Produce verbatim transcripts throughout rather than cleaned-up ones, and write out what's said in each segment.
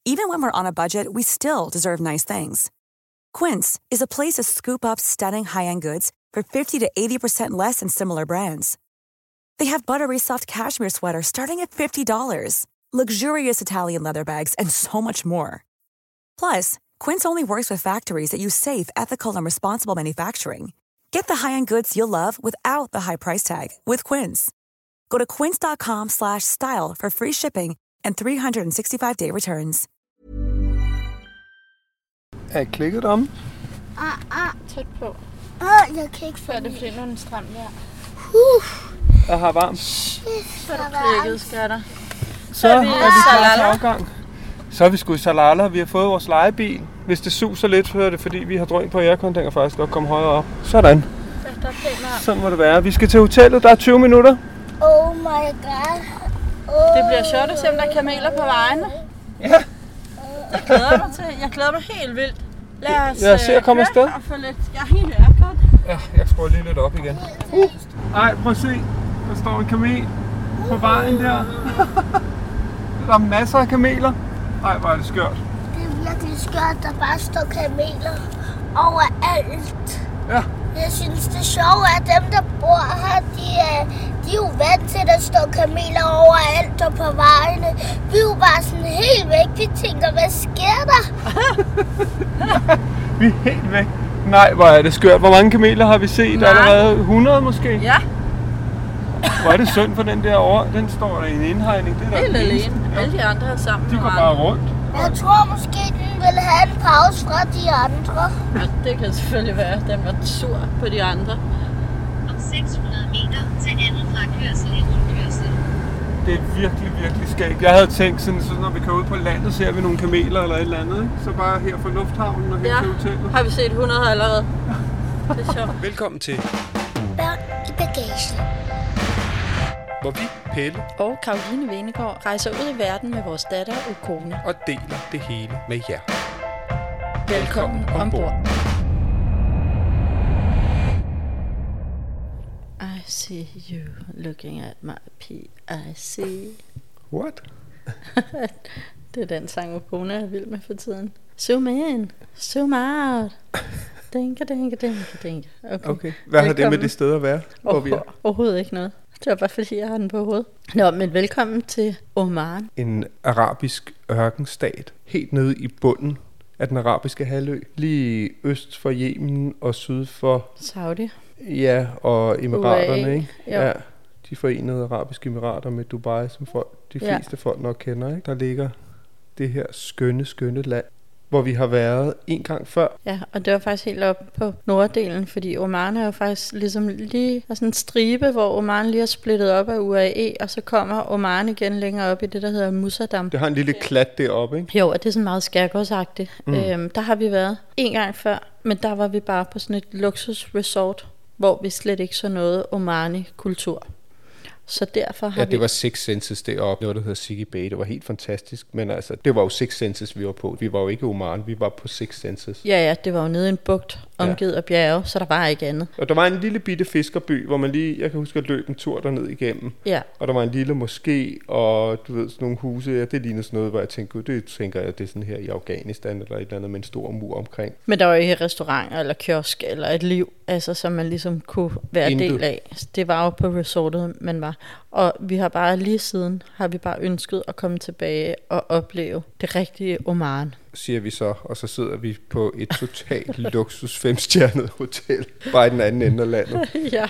Even when we're on a budget, we still deserve nice things. Quince is a place to scoop up stunning high-end goods for fifty to eighty percent less than similar brands. They have buttery soft cashmere sweaters starting at fifty dollars, luxurious Italian leather bags, and so much more. Plus, Quince only works with factories that use safe, ethical, and responsible manufacturing. Get the high-end goods you'll love without the high price tag with Quince. Go to quince.com slash style for free shipping and three sixty-five day returns. Er I klikket om? Ah, ah. Tæt på. Ah, jeg kan ikke få Før det fordi nu er den stram der. Uh. Jeg har varmt. Shit, Så er du klikket, skatter. Så er vi klar til Salala. afgang. Så er vi sgu i Salala. Vi har fået vores lejebil. Hvis det suser lidt, så er det fordi, vi har drønt på aircon. Den kan faktisk godt komme højere op. Sådan. Ja, der er pænt varmt. Sådan må det være. Vi skal til hotellet. Der er tyve minutter. Oh my god. Oh. Det bliver sjovt at se, om der er kameler på vejene. Ja. Jeg glæder mig til. Jeg glæder mig helt vildt. Lad os Jeg ser at komme afsted. og få lidt. Jeg er helt ærkert. Ja, jeg skruer lige lidt op igen. Uh. Ej, prøv at se. Der står en kamel på vejen der. Der er masser af kameler. Ej, hvor er det skørt. Det er virkelig skørt, der bare står kameler overalt. Ja. Jeg synes, det sjove er, at dem, der bor her, de er, de er jo vant til, at der står kameler overalt og på vejene. Vi er jo bare sådan helt væk. Vi tænker, hvad sker der? Vi er helt væk. Nej, hvor er det skørt. Hvor mange kameler har vi set? Nej. Allerede hundrede måske? Ja, Hvor er det synd for den der over. Den står der i en indhegning. Det er der helt den eneste. alene. Alle de andre er sammen De med går andre. bare rundt. Jeg tror måske, den vil have en pause fra de andre. Ja, det kan selvfølgelig være. Den var sur på de andre. Om seks hundrede meter til anden frakørsel i rundkørsel. Det er virkelig, virkelig skægt. Jeg havde tænkt sådan, så når vi kører ud på landet, ser vi nogle kameler eller et eller andet. Ikke? Så bare her fra lufthavnen og hen Ja, til hotellet. har vi set hundrede allerede. Det er sjovt. Velkommen til, Børn i bagagen. hvor vi, Pelle, Og Caroline Venegård rejser ud i verden med vores datter og kone. og deler det hele med jer. Velkommen ombord. I see you looking at my pee. I see. What? Det er den sang, hvor kone er vild med for tiden. Zoom in, zoom out. Dinka, dinka, dinka, dinka. Okay. Okay. Hvad har det med Velkommen. det sted at være, hvor vi er? Overho- overhovedet ikke noget. Det var bare fordi, jeg har den på hovedet. Nå, men velkommen til Oman. En arabisk ørkenstat, helt nede i bunden af den arabiske halvø. Lige øst for Yemen og syd for, Saudi. ja, og Emiraterne, U A E, ikke? jo. Ja, de forenede arabiske emirater med Dubai, som folk, de Ja. fleste folk nok kender, ikke? Der ligger det her skønne, skønne land, hvor vi har været en gang før. Ja, og det var faktisk helt op på norddelen, fordi Oman er jo faktisk ligesom lige der er sådan en stribe, hvor Oman lige er splittet op af U A E, og så kommer Oman igen længere op i det, der hedder Musaddam. Det har en lille klat deroppe, ikke? Jo, og det er sådan meget skærgårdsagtigt. Mm. Øhm, der har vi været en gang før, men der var vi bare på sådan et luksusresort, hvor vi slet ikke så noget Omani-kultur. Så derfor har Ja, vi... det var Six Senses deroppe, noget der hedder Siggy Bay. Det var helt fantastisk, men altså, det var jo Six Senses, vi var på. Vi var jo ikke i Oman, vi var på Six Senses. Ja, ja, det var jo nede i en bugt, omgivet af bjerge, så der var ikke andet. Og der var en lille bitte fiskerby, hvor man lige, jeg kan huske at løbe en tur derned igennem. Ja, Og der var en lille moské, og du ved, sådan nogle huse, ja, det lignede sådan noget, hvor jeg tænkte, gud, det tænker jeg, det er sådan her i Afghanistan, eller et eller andet med en stor mur omkring. men der var ikke restauranter eller kiosk eller et liv, altså, som man ligesom kunne være Intet. del af. Det var jo på resortet, man var. Og vi har bare lige siden, har vi bare ønsket at komme tilbage og opleve det rigtige Oman. Siger vi så, og så sidder vi på et totalt luksus femstjernet hotel, bare i den anden ende af landet. Ja,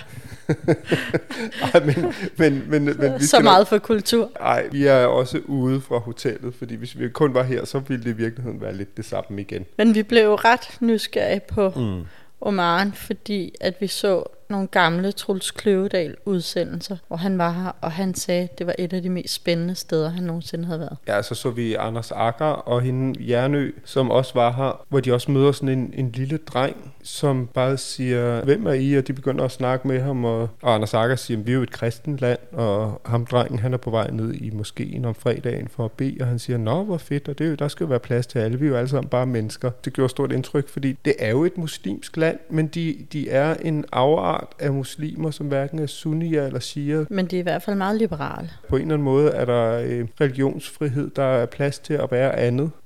Ej, men, men, men, men vi så skal meget for kultur. Nej, vi er også ude fra hotellet, fordi hvis vi kun var her, så ville det i virkeligheden være lidt det samme igen. Men vi blev ret nysgerrige på Mm. Oman, fordi at vi så nogle gamle Truls Kløvedal udsendelser, hvor han var her, og han sagde, at det var et af de mest spændende steder, han nogensinde havde været. Ja, så så vi Anders Agger og hende Jernø, som også var her, hvor de også møder sådan en, en lille dreng, som bare siger, hvem er I? Og de begynder at snakke med ham, og, og Anders Agger siger, vi er jo et kristent land, og ham drengen, han er på vej ned i moskeen om fredagen for at bede, og han siger, nå, hvor fedt, og det er jo, der skal jo være plads til alle, vi er jo alle sammen bare mennesker. Det gjorde stort indtryk, fordi det er jo et muslimsk land, men de, de er en afart af muslimer, som hverken er sunnier eller shia. Men de er i hvert fald meget liberale. På en eller anden måde er der øh, religionsfrihed, der er plads til at være andet.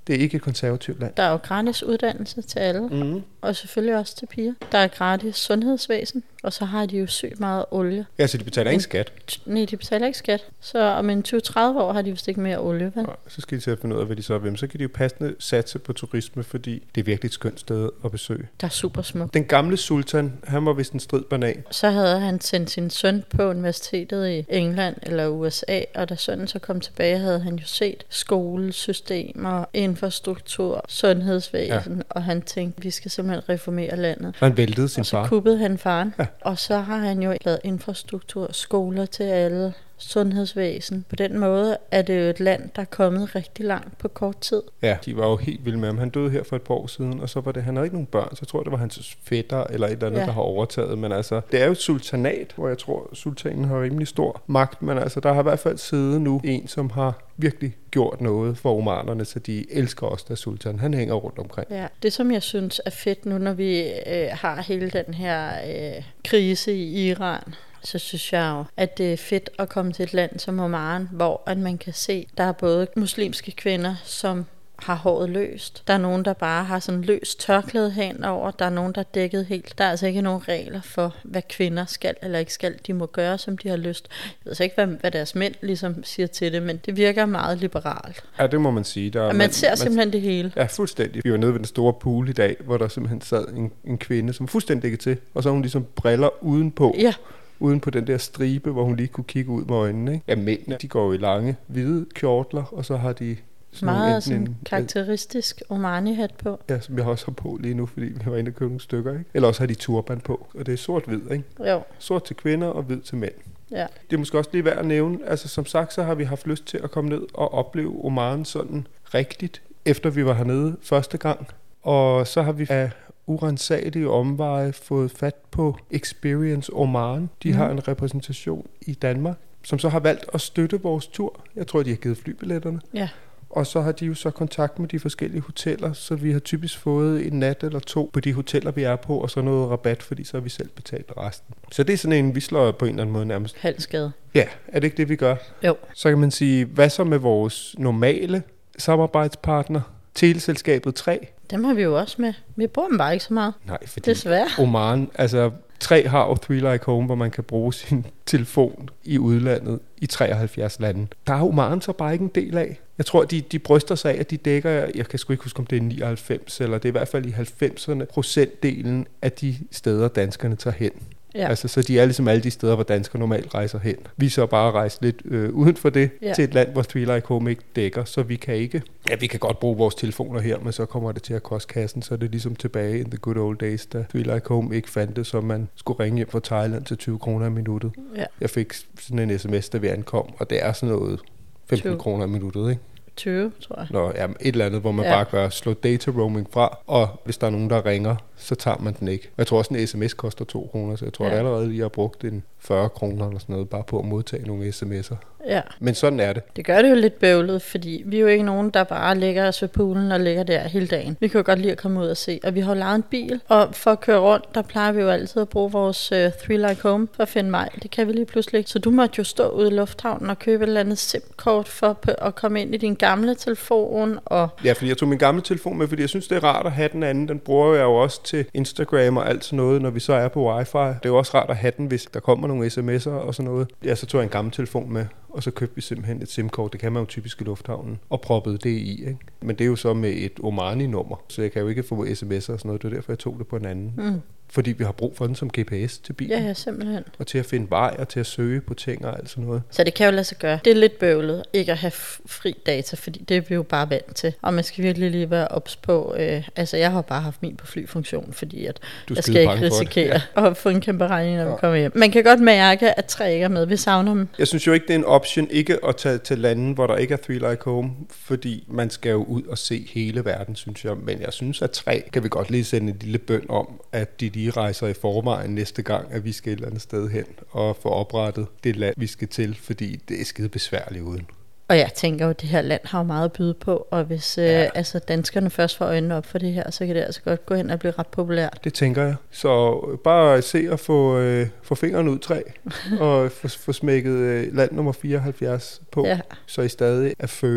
Det er ikke et konservativt land. Der er jo gratis uddannelse til alle, Mm. og selvfølgelig også til piger. Der er gratis sundhedsvæsen, og så har de jo sygt meget olie. Ja, så de betaler ikke skat. Nej, de betaler ikke skat. Så om en tyve til tredive år har de vist ikke mere olie, vel? Ja, så skal de til at finde ud af, hvad de så vil. Så kan de jo passende satse på turisme, fordi det er virkelig et skønt sted at besøge. Der er super smukt. Den gamle sultan, han var vist en strid banan. Så havde han sendt sin søn på universitetet i England eller U S A, og da sønnen så kom tilbage, havde han jo set skolesystemer, infrastruktur, sundhedsvæsen, ja. Og han tænkte, vi skal simpelthen reformere landet. Og han væltede sin og så far. kuppede han faren, Ja. og så har han jo lavet infrastruktur, skoler til alle, sundhedsvæsen. På den måde er det jo et land, der er kommet rigtig langt på kort tid. Ja, de var jo helt vilde med ham. Han døde her for et par år siden, og så var det, han havde ikke nogen børn, så jeg tror, det var hans fætter eller et eller andet, Ja. der har overtaget. Men altså, det er jo et sultanat, hvor jeg tror, sultanen har rimelig stor magt, men altså, der har i hvert fald siddet nu en, som har virkelig gjort noget for omanerne, så de elsker også der sultan. Han hænger rundt omkring. Ja, det som jeg synes er fedt nu, når vi øh, har hele den her øh, krise i Iran, så synes jeg jo, at det er fedt at komme til et land som Oman, hvor at man kan se, der er både muslimske kvinder, som har håret løst. Der er nogen, der bare har sådan løst tørklæde henover. Der er nogen, der er dækket helt. Der er altså ikke nogen regler for, hvad kvinder skal eller ikke skal. De må gøre, som de har lyst. Jeg ved så ikke, hvad, hvad deres mænd ligesom siger til det, men det virker meget liberalt. Ja, det må man sige. Der, Og man, man ser man, simpelthen det hele. Ja, fuldstændig. Vi var nede ved den store pool i dag, hvor der simpelthen sad en, en kvinde, som fuldstændig dækket til, og så har hun ligesom briller udenpå. Ja. Uden på den der stribe, hvor hun lige kunne kigge ud med øjnene. Ikke? Ja, mændene, de går jo i lange, hvide kjortler, og så har de sådan meget en, sådan en, karakteristisk Omani-hat på. Ja, som jeg også har på lige nu, fordi vi var inde og købe nogle stykker. Ikke? Eller også har de turban på, og det er sort-hvid. Ikke? Jo. Sort til kvinder og hvid til mænd. Ja. Det er måske også lige værd at nævne, altså som sagt, så har vi haft lyst til at komme ned og opleve Oman sådan rigtigt, efter vi var hernede første gang. Og så har vi af urensagelige omveje fået fat på Experience Oman. De mm. har en repræsentation i Danmark, som så har valgt at støtte vores tur. Jeg tror, de har givet flybilletterne. Ja. Og så har de jo så kontakt med de forskellige hoteller, så vi har typisk fået en nat eller to på de hoteller, vi er på, og så noget rabat, fordi så har vi selv betalt resten. Så det er sådan en, vi slår på en eller anden måde nærmest. Halvskade. Ja, er det ikke det, vi gør? Jo. Så kan man sige, hvad så med vores normale samarbejdspartner, teleselskabet tre? Dem har vi jo også med. Vi bruger dem bare ikke så meget. Nej, fordi Desværre. Oman, altså tre har jo Three Like Home, hvor man kan bruge sin telefon i udlandet i treoghalvfjerds lande. Der er Oman så bare ikke en del af. Jeg tror, de, de bryster sig af, at de dækker, jeg kan sgu ikke huske, om det er nioghalvfems, eller det er i hvert fald i halvfemserne procentdelen af de steder, danskerne tager hen. Ja. Altså, så de er ligesom alle de steder, hvor danskere normalt rejser hen. Vi så bare rejse lidt øh, uden for det, ja. til et land, hvor Three Like Home ikke dækker, så vi kan ikke... Ja, vi kan godt bruge vores telefoner her, men så kommer det til at koste kassen, så er det ligesom tilbage in the good old days, da Three Like Home ikke fandt det, så man skulle ringe hjem fra Thailand til tyve kroner i minuttet. Ja. Jeg fik sådan en sms, da vi ankom, og det er sådan noget femten kroner i minuttet, ikke? tyve, tror jeg. Nå, ja, et eller andet, hvor man ja. bare gør slå data roaming fra, og hvis der er nogen, der ringer, så tager man den ikke. Jeg tror også, en sms koster to kroner, så jeg tror, ja. at allerede lige har brugt en fyrre kroner eller sådan noget, bare på at modtage nogle sms'er. Ja. Men sådan er det. Det gør det jo lidt bøvlet, fordi vi er jo ikke nogen, der bare ligger os ved poolen og ligger der hele dagen. Vi kan jo godt lide at komme ud og se, og vi har lejet en bil, og for at køre rundt, der plejer vi jo altid at bruge vores uh, Three Like Home for at finde mig. Det kan vi lige pludselig ikke. Så du måtte jo stå ude i lufthavnen og købe et eller andet SIM-kort for at komme ind i din gamle telefon. Og ja, fordi jeg tog min gamle telefon med, fordi jeg synes, det er rart at have den anden. Den bruger jeg jo også til Instagram og alt sådan noget, når vi så er på wifi. Det er jo også rart at have den, hvis der kommer nogle sms'er og sådan noget. Ja, så tog jeg en gammel telefon med, og så købte vi simpelthen et SIM-kort. Det kan man jo typisk i lufthavnen, og proppede det i, ikke? Men det er jo så med et Omani-nummer, så jeg kan jo ikke få sms'er og sådan noget. Det er derfor, jeg tog det på en anden. Mm. Fordi vi har brug for den som G P S til bilen. Ja, ja, simpelthen. Og til at finde vej og til at søge på ting og alt sådan noget. Så det kan jo lade sig gøre. Det er lidt bøvlet ikke at have fri data, fordi det er vi jo bare vant til. Og man skal virkelig lige være ops på. Øh, altså, jeg har bare haft min på flyfunktion, fordi at jeg skal ikke risikere ja. at få en kæmpe regning, når ja. vi kommer hjem. Man kan godt mærke, at tre ikke er med. Vi savner dem. Jeg synes jo ikke, det er en option ikke at tage til lande, hvor der ikke er Three Like Home, fordi man skal jo ud og se hele verden, synes jeg. Men jeg synes, at tre kan vi godt lige sende en lille bøn om, at de lige rejser i forvejen næste gang, at vi skal et eller andet sted hen og få oprettet det land, vi skal til, fordi det er skide besværligt uden. Og jeg tænker jo, at det her land har meget at byde på, og hvis ja. øh, altså danskerne først får øjnene op for det her, så kan det altså godt gå hen og blive ret populært. Det tænker jeg. Så bare se at få, øh, få fingeren ud træ, og få, få smækket øh, land nummer fireoghalvfjerds på, ja. så I stadig er førende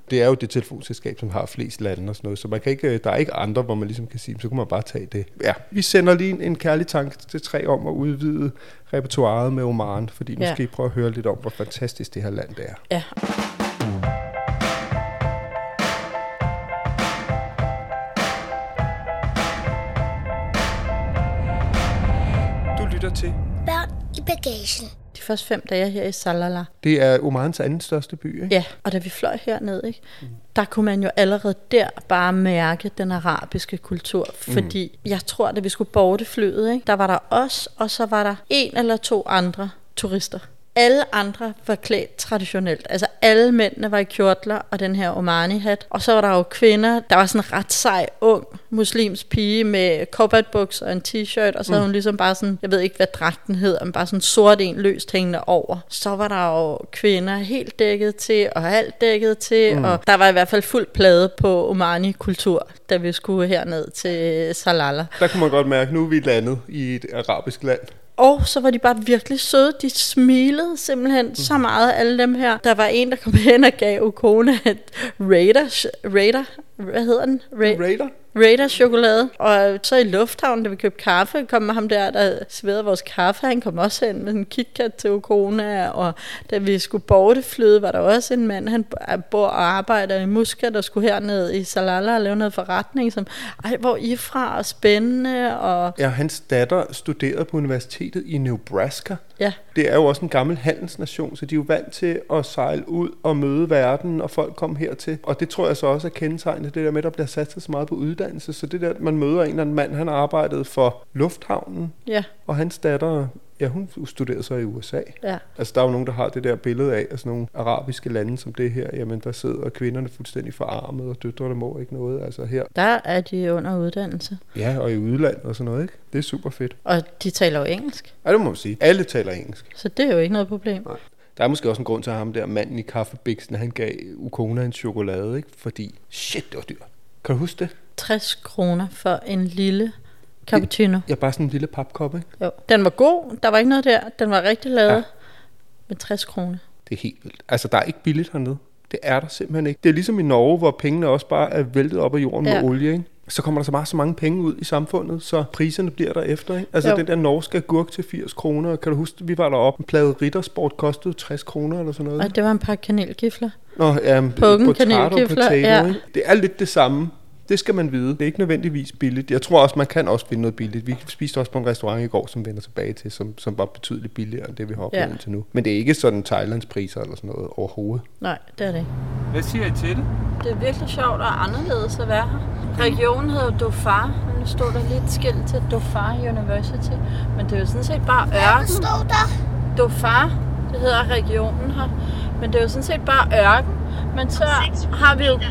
Det er jo det telefonselskab, som har flest lande og sådan noget, så man kan ikke, der er ikke andre, hvor man ligesom kan sige, så kunne man bare tage det. Ja, vi sender lige en, en kærlig tanke til tre om at udvide repertoiret med Oman, fordi ja. Måske prøve at høre lidt om, hvor fantastisk det her land det er. Ja. Du lytter til Børn i bagagen. De første fem dage her i Salalah. Det er Omans anden største by, ikke? Ja, og da vi fløj herned, ikke, mm. der kunne man jo allerede der bare mærke den arabiske kultur. Fordi mm. jeg tror, da vi skulle boarde flyet, ikke, der var der os, og så var der en eller to andre turister. Alle andre var klædt traditionelt. Altså alle mændene var i kjortler og den her Omani-hat. Og så var der jo kvinder. Der var sådan en ret sej, ung muslimsk pige med cowboybukser og en t-shirt. Og så havde hun ligesom bare sådan, jeg ved ikke hvad dragten hedder, men bare sådan sort en løst hængende over. Så var der jo kvinder helt dækket til og halvt dækket til. Mm. Og der var i hvert fald fuld plade på Omani-kultur, da vi skulle herned til Salalah. Der kunne man godt mærke, nu er vi landet i et arabisk land. Og så var de bare virkelig søde. De smilede simpelthen mm. så meget, alle dem her. Der var en, der kom hen og gav Ukona et Raider, Raider, hvad hedder den? Ra- Raider? Raider chokolade. Og så i lufthavnen, da vi købte kaffe, kom med ham der, der serverede vores kaffe. Han kom også hen med en KitKat til Ukona. Og da vi skulle boarde flyet, var der også en mand, han bor og arbejder i Muscat, der skulle herned i Salalah og lave noget forretning, som, ej, hvor I er fra, og spændende. Og ja, hans datter studerede på universitetet i Nebraska. Ja. Det er jo også en gammel handelsnation, så de er jo vant til at sejle ud og møde verden, og folk kommer hertil. Og det tror jeg så også er kendetegnet, det der med, at der bliver sat så meget på uddannelse. Så det der, at man møder en eller anden mand, han arbejdede for lufthavnen, ja. Og hans datter, ja, hun studerede så i U S A. Ja. Altså, der er jo nogen, der har det der billede af, at sådan nogle arabiske lande som det her, jamen der sidder kvinderne fuldstændig forarmet, og døtrene må ikke noget. Altså her. Der er de under uddannelse. Ja, og i udlandet og sådan noget, ikke? Det er super fedt. Og de taler jo engelsk. Ja, det må man sige. Alle taler engelsk. Så det er jo ikke noget problem. Nej. Der er måske også en grund til, at ham der manden i kaffebiksen, han gav Ukona en chokolade, ikke? Fordi, shit, det var dyrt. Kan du huske det? tres kroner for en lille cappuccino. Ja, bare sådan en lille papkop, ikke? Jo. Den var god, der var ikke noget der. Den var rigtig lavet. Ja. Med tres kroner. Det er helt vildt. Altså, der er ikke billigt hernede. Det er der simpelthen ikke. Det er ligesom i Norge, hvor pengene også bare er væltet op af jorden ja. Med olie, ikke? Så kommer der så bare så mange penge ud i samfundet, så priserne bliver der efter, ikke? Altså, jo. Den der norske agurk til firs kroner, kan du huske, vi var deroppe, en plade Rittersport kostede tres kroner eller sådan noget. Og det var en par kanelgifler. Nå, ja, Puggen kanelgifler, ja. Det er lidt det samme. Det skal man vide. Det er ikke nødvendigvis billigt. Jeg tror også, man kan også finde noget billigt. Vi spiste også på en restaurant i går, som vender tilbage til, som, som var betydeligt billigere end det, vi har oplevet ja. Til nu. Men det er ikke sådan Thailands priser eller sådan noget overhovedet. Nej, det er det ikke. Hvad siger I til det? Det er virkelig sjovt og anderledes at være her. Regionen hedder Dhofar. Nu står der lidt skilt til Dhofar University. Men det er jo sådan set bare ørken. Hvad står der? Dhofar, det hedder regionen her. Men det er jo sådan set bare ørken. Men så har vi jo...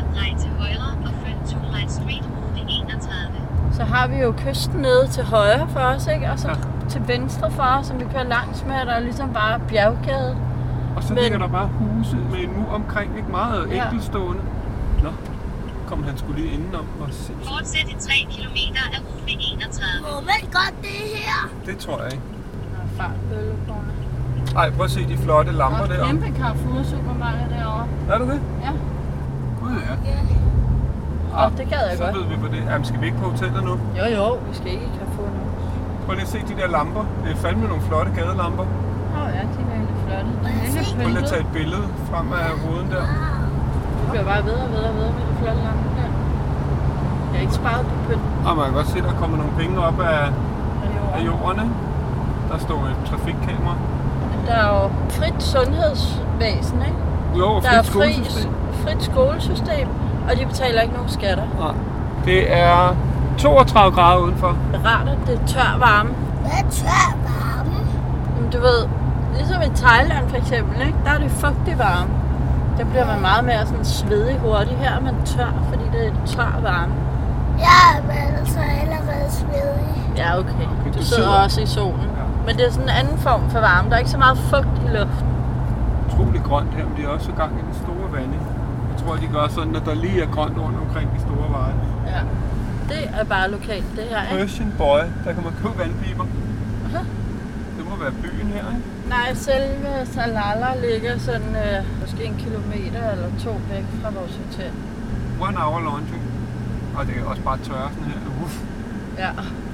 Så har vi jo kysten nede til højre for os, ikke? Og så ja. Til venstre for os, som vi kører langs med, der er ligesom bare bjerggade. Og så Men... ligger der bare huse med en mur omkring, ikke? Meget ja. Enkeltstående. Nå, kom han skulle lige indenom og se. Fortsæt i tre kilometer af rute enogtredive. Åh, men godt det her. Det tror jeg ikke. Der er fartbøllekorner. Ej, prøv at se de flotte lamper der. Der er kæmpe Carrefour supermarked derovre. Er det det? Ja. Gud ja. Ja. Åh, oh, det gad jeg så godt. Så ved vi på det. Jamen, skal vi ikke på hotellet nu? Jo, jo, vi skal ikke i Carrefour nu. Prøv lige at se de der lamper. Det er fandme nogle flotte gadelamper. Åh oh, ja, de er virkelig flotte. Prøv lige at tage et billede frem af ruden der. Det bliver bare ved og ved og ved med de flotte lamper der. Jeg har ikke sparet på pynt. Og man kan godt se, der kommer nogle penge op af, af jorden. Der står et trafikkamera. Der er jo frit sundhedsvæsen, ikke? Jo, frit der er skolesystem. Frit skolesystem. Og de betaler ikke nogen skatter. Nej. Det er toogtredive grader udenfor. Det er rart, at det er tør varme. Hvad er tør varme? Men du ved, ligesom i Thailand for eksempel, ikke? Der er det fugtig varme. Der bliver man meget mere sådan svedig hurtigt. Her er man tør, fordi det er tør varme. Ja, men altså allerede svedig. Ja, okay. okay du, du sidder, sidder også i solen. Ja. Men det er sådan en anden form for varme. Der er ikke så meget fugt i luften. Utroligt grønt her, men de er også i gang i den store vande. Jeg tror, de gør sådan, at der lige er grønt rundt omkring de store veje. Ja, det er bare lokalt, det her, ikke? Persian Boy, der kan man købe vandpiber. Aha. Det må må være byen her, ikke? Nej, selve Salalah ligger sådan øh, måske en kilometer eller to væk fra vores hotel. One hour laundry. Og det er også bare tørre sådan her. Uff. Ja.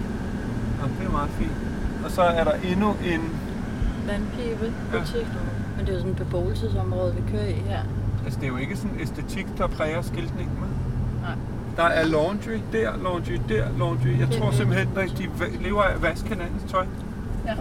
Og det er meget fint. Og så er der endnu en... vandpibebutik. Ja. Men det er jo sådan et beboelsesområde, vi kører i her. Altså det er jo ikke sådan æstetik, der præger skiltningen, med. Nej. Der er laundry der, laundry der, laundry. Jeg tror simpelthen, at de lever af at vaske hinandens tøj. Ja.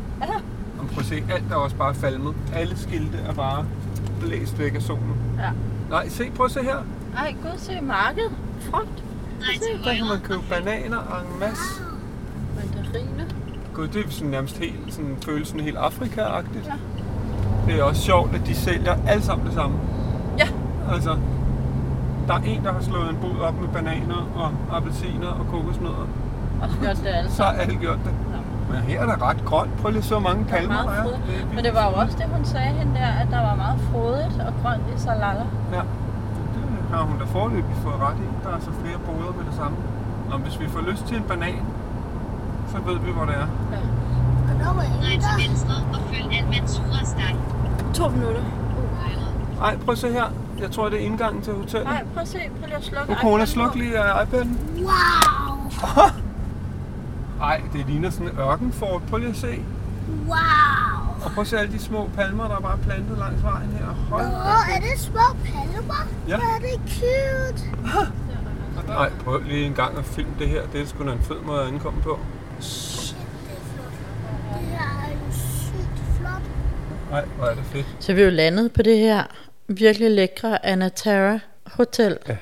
Og prøv at se, alt er også bare falmet. Alle skilte er bare blæst væk af solen. Ja. Nej, se, prøv at se her. Ej, gud, se markedet. Frugt. Nej, til Der kan højre. man købe bananer og en masse. Mandariner. Gud, det er sådan nærmest helt, sådan, følelsen helt Afrika-agtigt. Ja. Det er også sjovt, at de sælger alle sammen det samme. Ja. Altså, der er en, der har slået en bod op med bananer og appelsiner og kokosnødder. Og så gjort det alle Så sammen. har alle gjort det. Ja. Men her er der ret grønt. Prøv lige så mange Der er palmer, meget der er. frodigt. Det er vildt. Men det var jo også det, hun sagde hende der, at der var meget frodigt og grønt i Salalah. Ja, det har hun da foreløbig fået ret i. Der er så flere boder med det samme. Nå, hvis vi får lyst til en banan, så ved vi, hvor det er. Ja. Hvornår var Drej I til der? venstre og følg Al-Mansoura steg. To minutter. Højre. Ej, prøv at se her. Jeg tror, det er indgangen til hotellet. Nej, prøv at se. Prøv lige at slukke. Kona, iPaden sluk på. lige af iPad'en. Wow! Ej, det ligner sådan en ørkenfort. Prøv lige at se. Wow! Og prøv at se alle de små palmer, der er bare plantet langs vejen her. Hold Åh, da er det små palmer? Ja. Hvor er det cute! Nej, prøv lige en gang at filme det her. Det er sgu da en fed måde at ankomme på. Shit, det er flot. Det her er jo sygt flot. Nej, hvor er det fedt. Så vi er jo landet på det her virkelig lækre Anatara Hotel. Ja,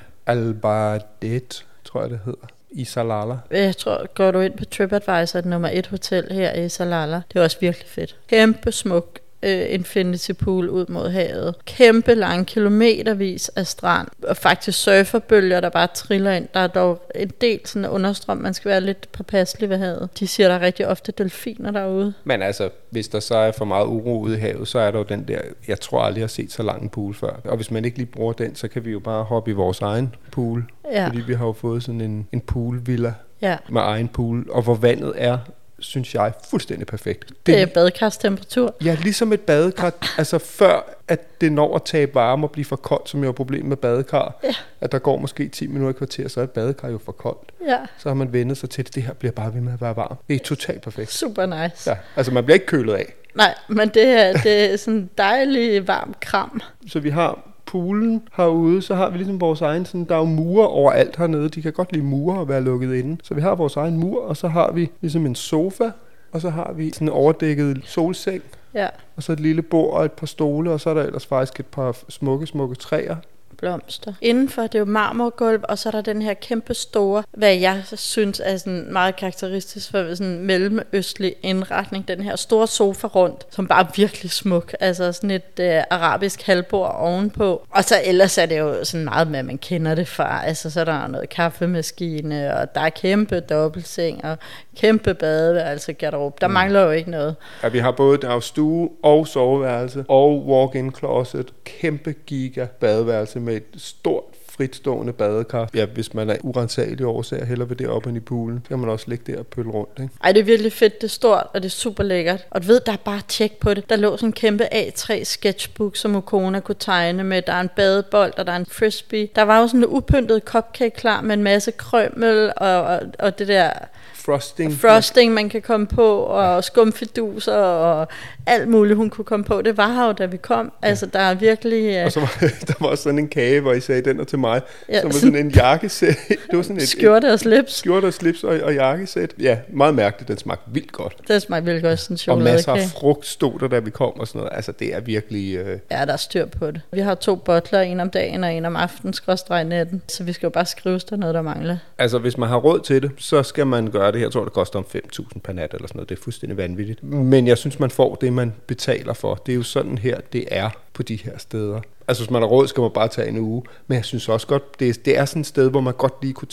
Al-Badet, tror jeg det hedder. I Salalah. Jeg tror, går du ind på TripAdvisor, et nummer et hotel her i Salalah. Det er også virkelig fedt. Kæmpe smuk uh, infinity pool ud mod havet. Kæmpe lange kilometervis af strand. Og faktisk surferbølger, der bare triller ind. Der er dog en del sådan understrøm. Man skal være lidt påpasselig ved havet. De siger, der er rigtig ofte delfiner derude. Men altså, hvis der så er for meget uro ude i havet, så er der jo den der, jeg tror aldrig, jeg har set så lang en pool før. Og hvis man ikke lige bruger den, så kan vi jo bare hoppe i vores egen pool. Ja. Fordi vi har jo fået sådan en, en poolvilla Ja. med egen pool, og hvor vandet er, synes jeg, fuldstændig perfekt. Det er badekarstemperatur. Ja, ligesom et badekar. Altså før, at det når at tabe varme og blive for koldt, som jo er problemet med badekar. Ja. At der går måske ti minutter i kvarter, så er et badekar jo for koldt. Ja. Så har man vendet sig til det. Det her bliver bare ved med at være varmt. Det er totalt perfekt. Super nice. Ja, altså man bliver ikke kølet af. Nej, men det her, det er sådan en dejlig varm kram. Så vi har poolen herude, så har vi ligesom vores egen, sådan, der er jo mure overalt hernede. De kan godt lide mure og være lukket inde. Så vi har vores egen mur, og så har vi ligesom en sofa, og så har vi sådan en overdækket solseng, Ja, og så et lille bord og et par stole, og så er der ellers faktisk et par smukke, smukke træer. blomster. Indenfor, det er jo marmorgulv, og så er der den her kæmpe store, hvad jeg synes er sådan meget karakteristisk for sådan en mellemøstlig indretning, den her store sofa rundt, som bare er virkelig smuk, altså sådan et øh, arabisk halvbord ovenpå. Og så ellers er det jo sådan meget med, at man kender det fra, altså så er der noget kaffemaskine, og der er kæmpe dobbeltseng, og kæmpe badeværelse, garderobe. Der mm. mangler jo ikke noget. Ja, vi har både der er stue og soveværelse og walk-in closet, kæmpe giga badeværelse med et stort fritstående badekar. Ja, hvis man er urensagelig årsager, hellere ved det op ind i poolen, så kan man også ligge der og pølle rundt, ikke? Ej, det er virkelig fedt, det er stort, og det er super lækkert. Og du ved, der er bare tjek på det. Der lå sådan en kæmpe A tre sketchbook, som Ukona kunne tegne med. Der er en badebold, og der er en frisbee. Der var jo sådan en upyntet cupcake klar med en masse krømmel og, og, og det der Frosting. frosting, man kan komme på, og skumfiduser og alt muligt, hun kunne komme på. Det var her jo, da vi kom. Altså, der er virkelig... Og så var der var også sådan en kage, hvor I sagde, den er til mig. Ja, som var sådan en jakkesæt. Det var sådan et, skjorte og slips. Skjorte og slips og, og jakkesæt. Ja, meget mærkeligt. Den smagte vildt godt. Det smagte virkelig godt, sådan en Og masser chokoladekage. af frugt stod der, da vi kom og sådan noget. Altså, det er virkelig... Øh... Ja, der er styr på det. Vi har to bottler, en om dagen og en om aftenen, skråstreg natten. Så vi skal jo bare skrive, hvis der er noget, der mangler. Altså, hvis man har råd til det, så skal man gøre det her. Jeg tror, det koster om fem tusind per nat eller sådan noget. Det er fuldstændig vanvittigt. Men jeg synes, man får det, man betaler for. Det er jo sådan her, det er på de her steder. Altså, hvis man har råd, skal man bare tage en uge. Men jeg synes også godt, det er, det er sådan et sted, hvor man godt lige kunne tage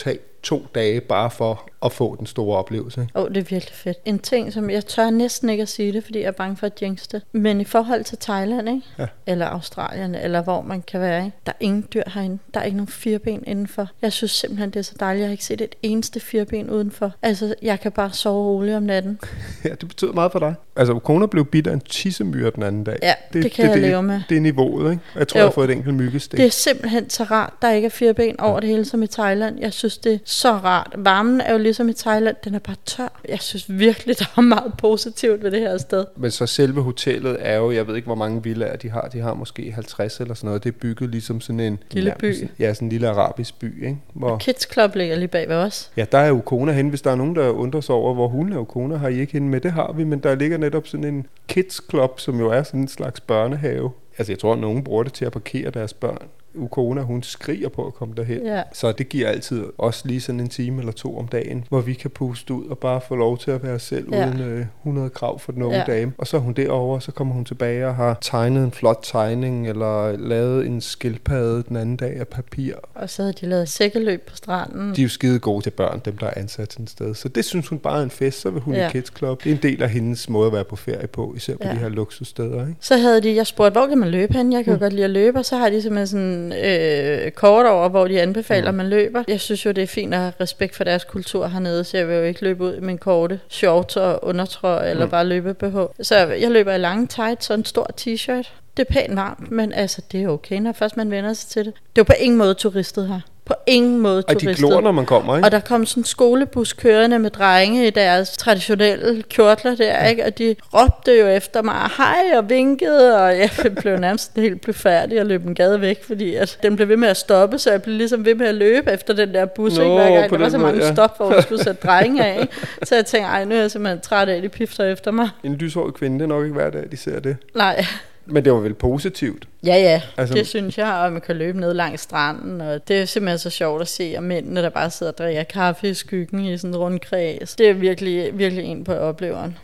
to dage bare for at få den store oplevelse. Ikke? Åh, oh, det er virkelig fedt. En ting, som jeg tør næsten ikke at sige det, fordi jeg er bange for at jinx det. Men i forhold til Thailand, ikke? Ja. Eller Australien, eller hvor man kan være, ikke? Der er ingen dyr herinde. Der er ikke nogen fireben indenfor. Jeg synes simpelthen, det er så dejligt. Jeg har ikke set et eneste fireben udenfor. Altså, jeg kan bare sove roligt om natten. Ja, det betyder meget for dig. Altså, Kona blev bidt af en tissemyre den anden dag. Ja, det, det kan det, jeg det, leve med. Det er niveauet, ikke? Jeg tror, jo. jeg har fået et enkelt myggestik. Det er simpelthen så rart, der ikke er fireben over ja. det hele som i Thailand. Jeg synes, det er så rart. Varmen er jo ligesom i Thailand. Den er bare tør. Jeg synes virkelig, der er meget positivt ved det her sted. Men så selve hotellet er jo, jeg ved ikke, hvor mange villaer de har. De har måske halvtreds eller sådan noget. Det er bygget ligesom sådan en... Lille by. Ja, sådan en lille arabisk by, ikke? Hvor, Kids Club ligger lige bag ved os. Ja, der er jo Kona hen. Hvis der er nogen, der undrer sig over, hvor hun er jo Kona, har I ikke hende med. Det har vi, men der ligger netop sådan en Kids Club, som jo er sådan en slags børnehave. Altså, jeg tror, at nogen bruger det til at parkere deres børn. Ukona, hun skriger på at komme derhen. Ja. Så det giver altid også lige sådan en time eller to om dagen, hvor vi kan puste ud og bare få lov til at være selv, ja. uden øh, hundrede krav for den unge ja. dame. Og så er hun derovre, så kommer hun tilbage og har tegnet en flot tegning, eller lavet en skildpadde den anden dag af papir. Og så havde de lavet sækkeløb på stranden. De er jo skide gode til børn, dem der er ansat til et sted. Så det synes hun bare er en fest, så vil hun ja. i Kids Club. Det er en del af hendes måde at være på ferie på, især på ja. de her luksussteder. Ikke? Så havde de, jeg spurgte, hvor kan man løbe hen? Jeg kan jo mm. godt lide at løbe, og så har de simpelthen sådan øh, kort over, hvor de anbefaler, mm. man løber. Jeg synes jo, det er fint at have respekt for deres kultur hernede, så jeg vil jo ikke løbe ud i min korte shorts og undertrøje, eller mm. bare løbe B H. Så jeg løber i lange tights og en stor t-shirt. Det er pænt varmt, men altså, det er okay, når først man vender sig til det. Det er jo på ingen måde turistet her. På ingen måde turistet. Og de glor, når man kommer, ikke? Og der kom sådan en skolebus kørende med drenge i deres traditionelle kjortler der, ja. ikke? Og de råbte jo efter mig, hej, og vinkede, og jeg blev nærmest helt blufærdig og løb en gade væk, fordi at den blev ved med at stoppe, så jeg blev ligesom ved med at løbe efter den der bus, Nå, ikke? Hver gang. Der var så mange ja. stop, hvor man skulle sætte drenge af, ikke? Så jeg tænkte, ej, nu er jeg simpelthen træt af, at de pifter efter mig. En lyshåret kvinde, det er nok ikke hver dag, de ser det. Nej. Men det var vel positivt? Ja, ja. Altså, det synes jeg, og man kan løbe ned langs stranden, og det er simpelthen så sjovt at se, og mændene, der bare sidder og drikker kaffe i skyggen i sådan en rund kreds. Det er virkelig, virkelig en på opleveren.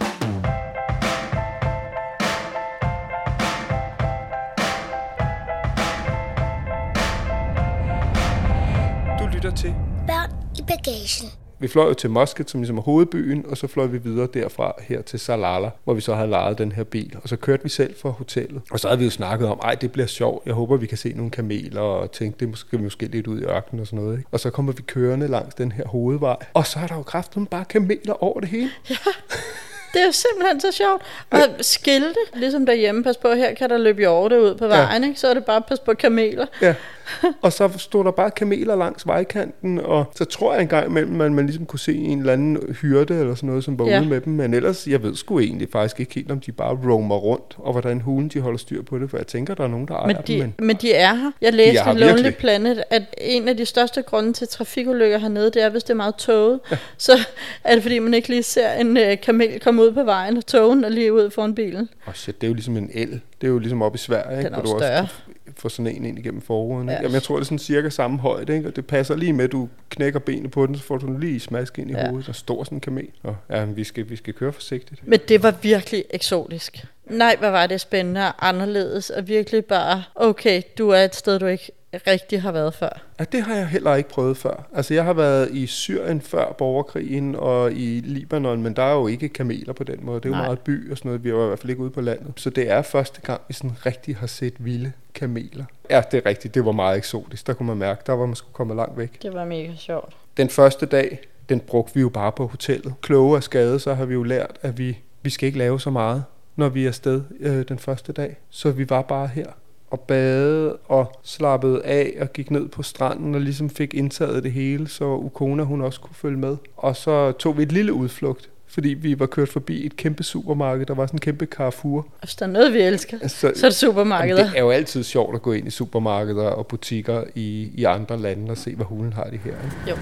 Du lytter til Børn i bagagen. Vi fløj jo til Muscat, som ligesom er hovedbyen, og så fløj vi videre derfra her til Salalah, hvor vi så havde lejet den her bil. Og så kørte vi selv fra hotellet. Og så havde vi jo snakket om, ej, det bliver sjovt. Jeg håber, vi kan se nogle kameler, og tænkte, det skal vi måske lidt ud i ørkenen og sådan noget. Ikke? Og så kommer vi kørende langs den her hovedvej. Og så er der jo kraften bare kameler over det hele. Ja. Det er jo simpelthen så sjovt. Og skilte, ligesom derhjemme, pas på, her kan der løbe hjorte ud på vejen, ja. ikke? Så er det bare pas på kameler. Ja. Og så stod der bare kameler langs vejkanten, og så tror jeg engang imellem, man, man ligesom kunne se en eller anden hyrde eller sådan noget, som var ja. ude med dem. Men ellers, jeg ved sgu egentlig faktisk ikke helt, om de bare roamer rundt, og hvordan hulen de holder styr på det, for jeg tænker, der er nogen, der ejer men de, dem. Men... men de er her. Jeg læste i Lonely Planet, at en af de største grunde til trafikulykker hernede, det er, hvis det er meget tåget. Ja. Så er det, fordi man ikke lige ser en uh, kamel komme ud på vejen, og togen er lige ud foran bilen. Åh oh shit, det er jo ligesom en el. Det er jo ligesom oppe i Sverige, ikke? Den er jo større. Få sådan en ind igennem forruden. Ja. Ja. Jeg tror, det er sådan cirka samme højde, ikke? Og det passer lige med, at du knækker benet på den, så får du den lige smask ind i ja. hovedet. Der står sådan en kamel. Og ja, vi skal, vi skal køre forsigtigt. Men det var virkelig eksotisk. Nej, hvad var det spændende og anderledes, og virkelig bare, okay, du er et sted, du ikke rigtig har været før. Ja, det har jeg heller ikke prøvet før. Altså, jeg har været i Syrien før borgerkrigen og i Libanon, men der er jo ikke kameler på den måde. Det er jo Nej. meget by og sådan noget. Vi var i hvert fald ikke ude på landet. Så det er første gang, vi sådan rigtig har set vilde kameler. Ja, det er rigtigt. Det var meget eksotisk. Der kunne man mærke, der var man skulle komme langt væk. Det var mega sjovt. Den første dag, den brugte vi jo bare på hotellet. Kloge af skade, så har vi jo lært, at vi, vi skal ikke lave så meget, når vi er afsted øh, den første dag. Så vi var bare her og badede og slappede af og gik ned på stranden og ligesom fik indtaget det hele, så Ukona hun også kunne følge med. Og så tog vi et lille udflugt, fordi vi var kørt forbi et kæmpe supermarked. Der var sådan en kæmpe Carrefour. Hvis der er noget, vi elsker, altså, så er det supermarkeder. Det er jo altid sjovt at gå ind i supermarkeder og butikker i, i andre lande og se, hvad hulen har de her. Ikke? Jo.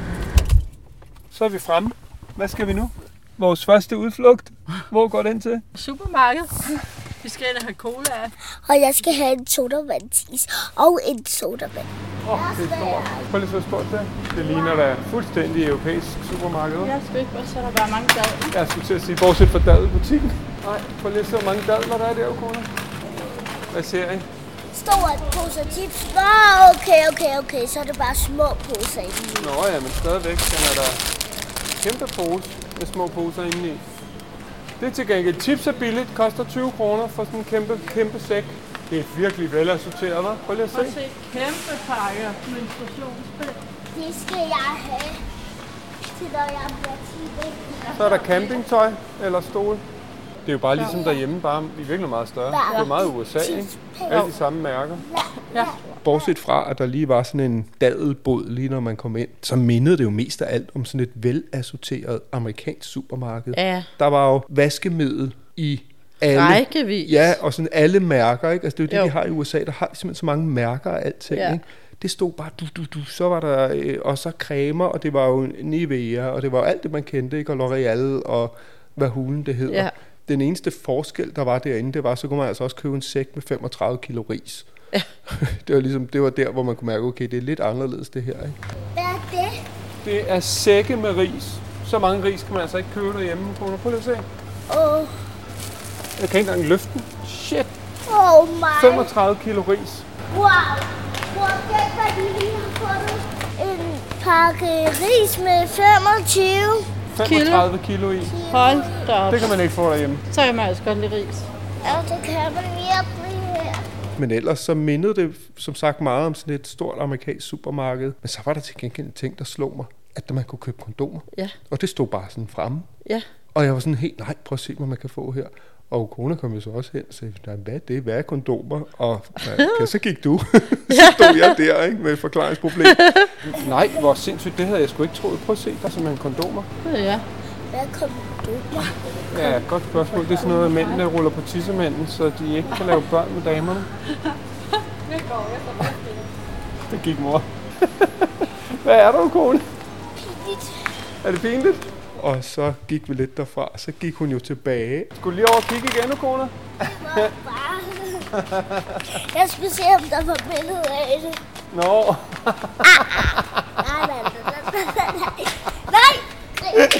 Så er vi fremme. Hvad skal vi nu? Vores første udflugt. Hvor går den til? Supermarkedet. Vi skal have cola af. Og jeg skal have en sodavandsis og en sodavand. Åh, oh, det er stort. Prøv lige så stort der. Det ligner da fuldstændig europæisk supermarked. Jeg skal ikke, så er der bare mange dadler. Jeg skulle til at sige, bortset fra dadelbutikken. Nej, prøv lige så mange dadler, der er der, Ukona. Hvad ser I? Stor pose chips. Nå, okay, okay, okay. Så er det bare små poser indeni. Nå ja, men stadigvæk den er der kæmpe pose med små poser indeni. Det er til gengæld. Chips er billigt. Koster tyve kroner for sådan en kæmpe, kæmpe sæk. Det er virkelig velassorteret, hva'? Prøv lige at se. Prøv at se. Kæmpe pakker menstruationsbind. Det skal jeg have til når jeg bliver ti. Så er der campingtøj eller stol. Det er jo bare ligesom derhjemme, bare i virkelig meget større. Det er meget U S A, ikke? Alle de samme mærker. Ja. Bortset fra, at der lige var sådan en dadelbåd, lige når man kom ind, så mindede det jo mest af alt om sådan et velassorteret amerikansk supermarked. Ja. Der var jo vaskemiddel i alle. Rækkevis. Ja, og sådan alle mærker, ikke? Altså det er jo det, Jo. de har i U S A. Der har de simpelthen så mange mærker og alting, Ja. ikke? Det stod bare du, du, du. Så var der øh, også cremer, og det var jo Nivea, og det var jo alt det, man kendte, ikke? Og L'Oreal, og hvad hulen det hedder. Ja. Den eneste forskel, der var derinde, det var, så kunne man altså også købe en sæk med femogtredive kilo ris. Ja. Det var ligesom, det var der, hvor man kunne mærke, okay, det er lidt anderledes det her, ikke? Hvad er det? Det er sække med ris. Så mange ris kan man altså ikke købe derhjemme. Prøv lige at se. Åh, Jeg kan ikke engang løfte den. Shit. oh my. femogtredive kilo ris. Wow. Hvor gæt, hvad de lige har fundet. En pakke ris med femogtyve. femogtredive kilo i. Hold da op. Det kan man ikke få derhjemme. Så kan man også godt lide ris. Ja, det kan man virkelig her. Men ellers så mindede det som sagt meget om sådan et stort amerikansk supermarked. Men så var der til gengæld en ting, der slog mig. At man kunne købe kondomer. Ja. Og det stod bare sådan fremme. Ja. Og jeg var sådan helt, nej, prøv at se, hvad man kan få her. Og kone kom jo så også hen og sagde, hvad er det? Hvad er kondomer? Og okay, så gik du. Så stod jeg der, ikke, med et forklaringsproblem. Nej, hvor sindssygt, det havde jeg sgu ikke troet. Prøv at se, der er simpelthen kondomer. Ja. Hvad kom du med? Ja, godt spørgsmål. Det er sådan noget, at mændene ruller på tissemænden, så de ikke kan lave børn med damerne. Det gik mor. Hvad er der, kone? Pinligt. Er det pinligt? Og så gik vi lidt derfra, så gik hun jo tilbage. Skulle lige over og kigge igen nu, kone? Bare. Jeg skulle se, om der var billede af det. Nå. Nej, nej, nej, nej, nej. Nej.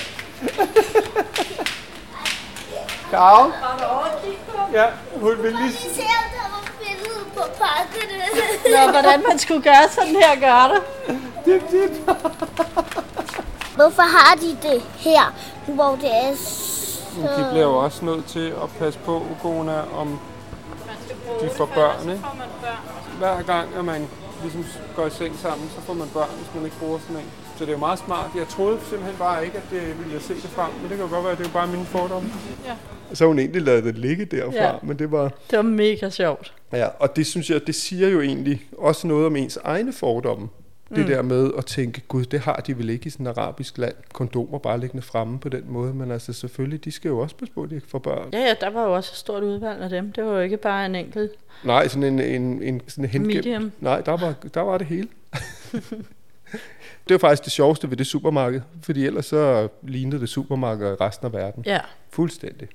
Karo? Ja, hun vil lige... Vi ser, om der var billede på pakkerne. Nå, hvordan man skulle gøre sådan her, gør det. Dip, dip. Hvorfor har de det her, hvor det er så... De bliver jo også nødt til at passe på, Ugona, om de får børn, ikke? Hver gang, at man ligesom går i seng sammen, så får man børn, hvis man ikke bruger sådan en. Så det er jo meget smart. Jeg troede simpelthen bare ikke, at det ville jeg se det frem, men det kan jo godt være, at det er jo bare mine fordomme. Ja. Så har hun egentlig ladet det ligge derfra, Ja. men det var... Det var mega sjovt. Ja, og det synes jeg, det siger jo egentlig også noget om ens egne fordomme. Det mm. der med at tænke, gud, det har de vel ikke i sådan et arabisk land. Kondomer bare liggende fremme på den måde. Men altså selvfølgelig, de skal jo også passe på, at de ikke får børn. Ja, ja, der var jo også et stort udvalg af dem. Det var jo ikke bare en enkelt. Nej, sådan en, en, en sådan en hengemt. Medium. Nej, der var, der var det hele. Det var faktisk det sjoveste ved det supermarked. Fordi ellers så lignede det supermarked i resten af verden. Ja. Fuldstændig.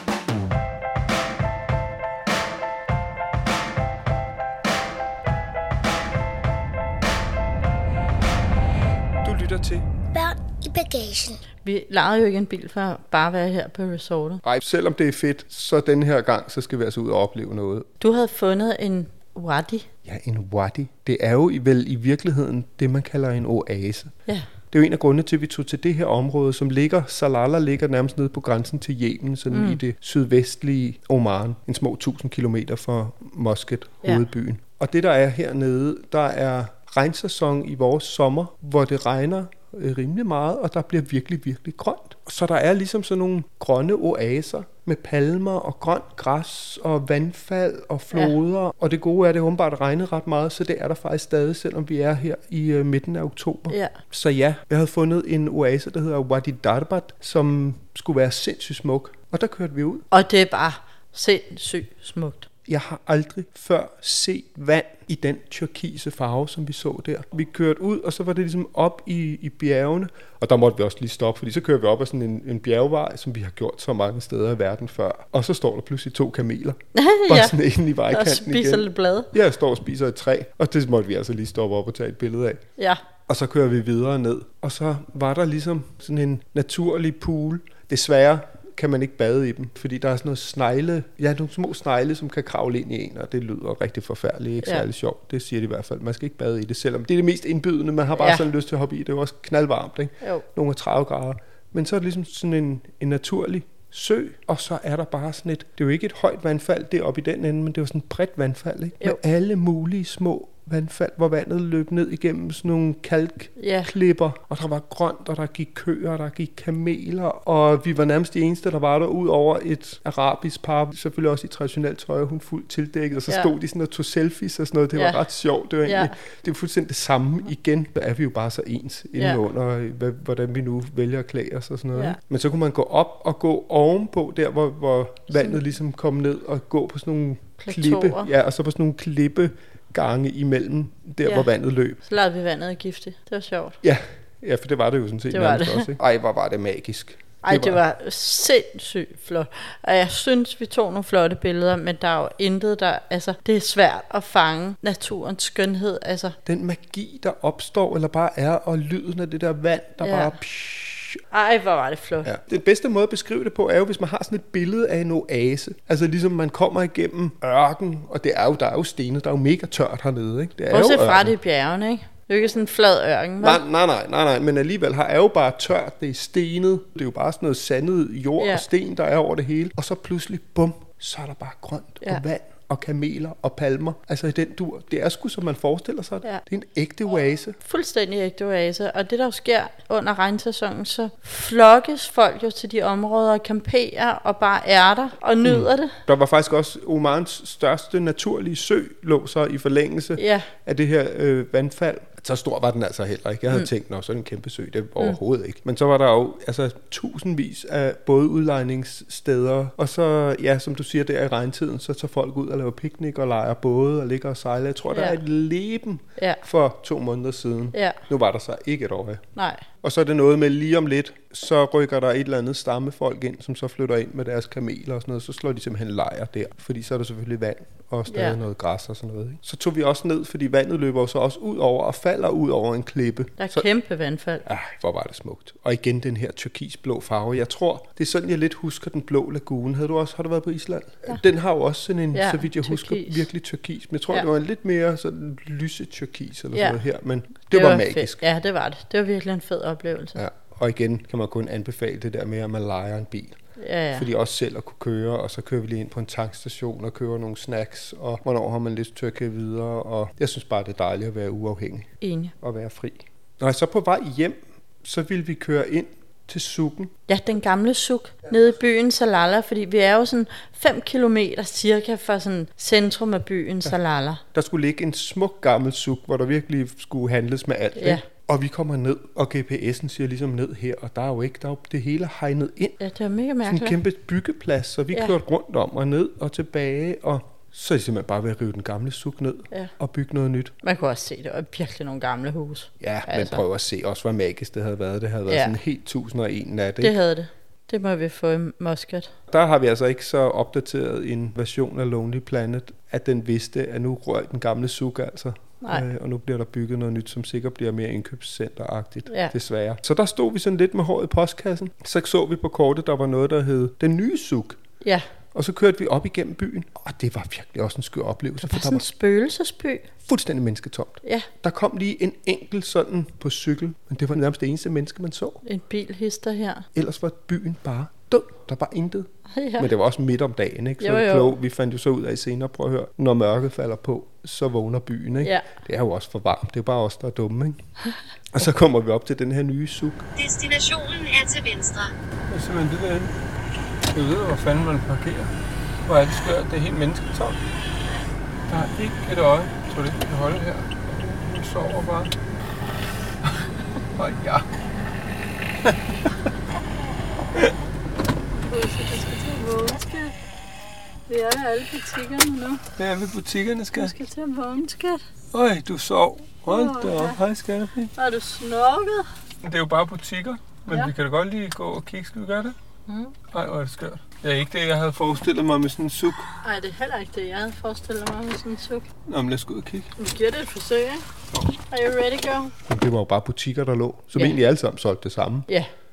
Til. Børn i bagagen. Vi lejede jo ikke en bil for at bare være her på resortet. Nej, selvom det er fedt, så den her gang, så skal vi altså ud og opleve noget. Du havde fundet en wadi. Ja, en wadi. Det er jo vel i virkeligheden det, man kalder en oase. Ja. Det er jo en af grundene til, at vi tog til det her område, som ligger, Salalah ligger nærmest nede på grænsen til Yemen, sådan mm. i det sydvestlige Oman, en små tusind kilometer fra Muscat, Ja. hovedbyen. Og det, der er hernede, der er regnsæson i vores sommer, hvor det regner øh, rimelig meget, og der bliver virkelig, virkelig grønt. Så der er ligesom sådan nogle grønne oaser med palmer og grønt græs og vandfald og floder. Ja. Og det gode er, at det åbenbart regnede ret meget, så det er der faktisk stadig, selvom vi er her i øh, midten af oktober. Ja. Så ja, jeg havde fundet en oase, der hedder Wadi Darbat, som skulle være sindssygt smuk. Og der kørte vi ud. Og det er bare sindssygt smukt. Jeg har aldrig før set vand i den turkise farve, som vi så der. Vi kørte ud, og så var det ligesom op i, i bjergene. Og der måtte vi også lige stoppe, fordi så kører vi op ad sådan en, en bjergvej, som vi har gjort så mange steder i verden før. Og så står der pludselig to kameler. Bare Ja. sådan inde i Og vejkanten spiser igen. lidt blade. Ja, jeg står og spiser et træ, og det måtte vi altså lige stoppe op og tage et billede af. Ja. Og så kører vi videre ned. Og så var der ligesom sådan en naturlig pool. Desværre kan man ikke bade i dem, fordi der er sådan noget snegle, ja, nogle små snegle, som kan kravle ind i en, og det lyder rigtig forfærdeligt, ikke Ja. særlig sjovt. Det siger de i hvert fald. Man skal ikke bade i det, selvom det er det mest indbydende. Man har bare Ja. sådan lyst til at hoppe i. Det er jo også knaldvarmt, ikke? Jo. Nogle af tredive grader. Men så er det ligesom sådan en, en naturlig sø, og så er der bare sådan et, det er jo ikke et højt vandfald, det er oppe i den ende, men det er jo sådan et bredt vandfald, ikke? Jo. Med alle mulige små vandfald, hvor vandet løb ned igennem sådan nogle kalkklipper, Ja. og der var grønt, og der gik køer, og der gik kameler, og vi var nærmest de eneste, der var der, ud over et arabisk par, selvfølgelig også i traditionelt tøj, og hun fuldt tildækket, og så Ja. stod de sådan og tog selfies og sådan noget. Det Ja. var ret sjovt. Det var Ja. egentlig, det var fuldstændig det samme igen. Der er vi jo bare så ens Ja. indenunder, hvad- hvordan vi nu vælger at klæde os og sådan noget. Ja. ikke? Men så kunne man gå op og gå ovenpå, der hvor, hvor vandet ligesom kom ned, og gå på sådan nogle klippe, Plateauer. ja, og så på sådan nogle klippe gange imellem, der Ja. hvor vandet løb. Så lavede vi vandet giftigt. Det var sjovt. Ja, ja, for det var det jo sådan set Det var nærmest det. også. Ikke? Ej, hvor var det magisk. Ej, det var sindssygt flot. Og jeg synes, vi tog nogle flotte billeder, men der er jo intet, der... Altså, det er svært at fange naturens skønhed. Altså, Den magi, der opstår, eller bare er, og lyden af det der vand, der Ja. bare... Psh, ej, hvor var det flot. ja. Den bedste måde at beskrive det på, er jo, hvis man har sådan et billede af en oase. Altså ligesom man kommer igennem ørken, og det er jo, der er jo stenet, der er jo mega tørt hernede, ikke? Det er Bortset jo fra ørken. det i bjergene, ikke? Det er jo ikke sådan en flad ørken, vel? Nej, nej, nej, nej, nej, men alligevel har er jo bare tørt, det er stenet, det er jo bare sådan noget sandet jord Ja. og sten, der er over det hele, og så pludselig, bum, så er der bare grønt Ja. og vand og kameler og palmer, altså i den dur. Det er sgu, som man forestiller sig det. Ja. Det er en ægte oase. Fuldstændig ægte oase. Og det, der jo sker under regnsæsonen, så flokkes folk jo til de områder og camperer og bare er der og nyder mm. det. Der var faktisk også Omans største naturlige sø, lå så i forlængelse Ja. af det her øh, vandfald. Så stor var den altså heller ikke. Jeg havde mm. tænkt, nå, så er det en kæmpe sø. Det er overhovedet mm. ikke. Men så var der jo altså tusindvis af både udlejningssteder, og så, ja, som du siger, der i regntiden, så tager folk ud og laver piknik og leger både og ligger og sejler. Jeg tror, der Ja. er et leben Ja. for to måneder siden. Ja. Nu var der så ikke et øje. Nej. Og så er det noget med lige om lidt, så rykker der et eller andet stammefolk ind, som så flytter ind med deres kameler og sådan noget. Så slår de simpelthen lejr der, fordi så er der selvfølgelig vand og stadig Ja. noget græs og sådan noget. Ikke? Så tog vi også ned, fordi vandet løber jo så også ud over og falder ud over en klippe. Der er så, kæmpe vandfald. ej, hvor var det smukt. Og igen den her turkisblå farve. Jeg tror, det er sådan, jeg lidt husker den blå lagune. Havde du også, har du været på Island? Ja. Den har jo også sådan en, Ja, så vidt jeg husker, turkis. virkelig turkis. Men jeg tror, Ja. det var en lidt mere sådan lyse turkis eller Ja. sådan noget her. Men det, det var, var magisk. Fedt. Ja, det var det. Det var virkelig en fed oplevelse. Ja. Og igen kan man kun anbefale det der med, at man lejer en bil. Ja, ja. Fordi også selv at kunne køre, og så kører vi lige ind på en tankstation og køber nogle snacks, og hvornår har man lyst til at køre videre. Og jeg synes bare, det er dejligt at være uafhængig Enig. og være fri. Når så på vej hjem, så ville vi køre ind til Sukken. Ja, den gamle suk nede i byen Salalah, fordi vi er jo sådan fem kilometer cirka fra sådan centrum af byen Salalah. Der skulle ligge en smuk gammel Suk, hvor der virkelig skulle handles med alt. Ja. Ikke? Og vi kommer ned, og G P S'en siger ligesom ned her, og der er jo ikke, der er jo det hele hegnet ind. Ja, det var mega Sådan en mærkeligt. kæmpe byggeplads, så vi Ja. kørte rundt om og ned og tilbage, og så er det simpelthen bare ved at rive den gamle Suk ned Ja. og bygge noget nyt. Man kunne også se, det var virkelig nogle gamle hus. Ja, Altså. men prøv at se også, hvor magisk det havde været. Det havde været Ja. sådan helt tusind og en nat. Det Ikke? havde det. Det må vi få i Muscat. Der har vi altså ikke så opdateret en version af Lonely Planet, at den vidste, at nu røg den gamle Suk altså. Nej. Øh, og nu bliver der bygget noget nyt, som sikkert bliver mere indkøbscenteragtigt, Ja. desværre. Så der stod vi sådan lidt med håret i postkassen. Så så vi på kortet, der var noget, der hed den nye Suk. Ja, Og så kørte vi op igennem byen, og det var virkelig også en skør oplevelse, det for var der sådan en var spøgelsesby. fuldstændig mennesketomt. Ja, Der kom lige en enkelt sådan på cykel, men det var nærmest det eneste menneske, man så. en bilhister her. Ellers var byen bare død. Der var intet. Ja. Men det var også midt om dagen, ikke? Så Jo, jo. Klog, vi fandt jo så ud af senere, prøv at høre, når mørket falder på, så vågner byen, ikke? Ja. Det er jo også for varmt, det er bare os, der er dumme, ikke? Og så kommer vi op til den her nye Suk. Destinationen er til venstre. Det er simpelthen det derinde. Jeg ved, hvor fanden man parkerer. Hvor er det skørt, det er helt mennesketomt. Der er ikke et øje. Jeg tror, det ikke kan holde her. Du sover bare. Og ja. Vi er i alle butikkerne nu. Det er ved butikkerne, Du skat. skal til at vågne, skat. Øj, du sov. Hold da Åh, op. ja. Hej, skattepi. Har du snorket? Det er jo bare butikker, men Ja. vi kan da godt lige gå og kigge. Skal vi gøre det? Mm. Nej, hvor er det skørt. Det er ikke det, jeg havde forestillet mig med sådan en Suk. Nej, det er heller ikke det, jeg havde forestillet mig med sådan en suk. Nå, men lad os gå ud og kigge. Vi giver det et forsøg, ikke? Are you ready, girl? Jamen, det var jo bare butikker, der lå, som Ja. egentlig alle sammen solgte det samme. Ja,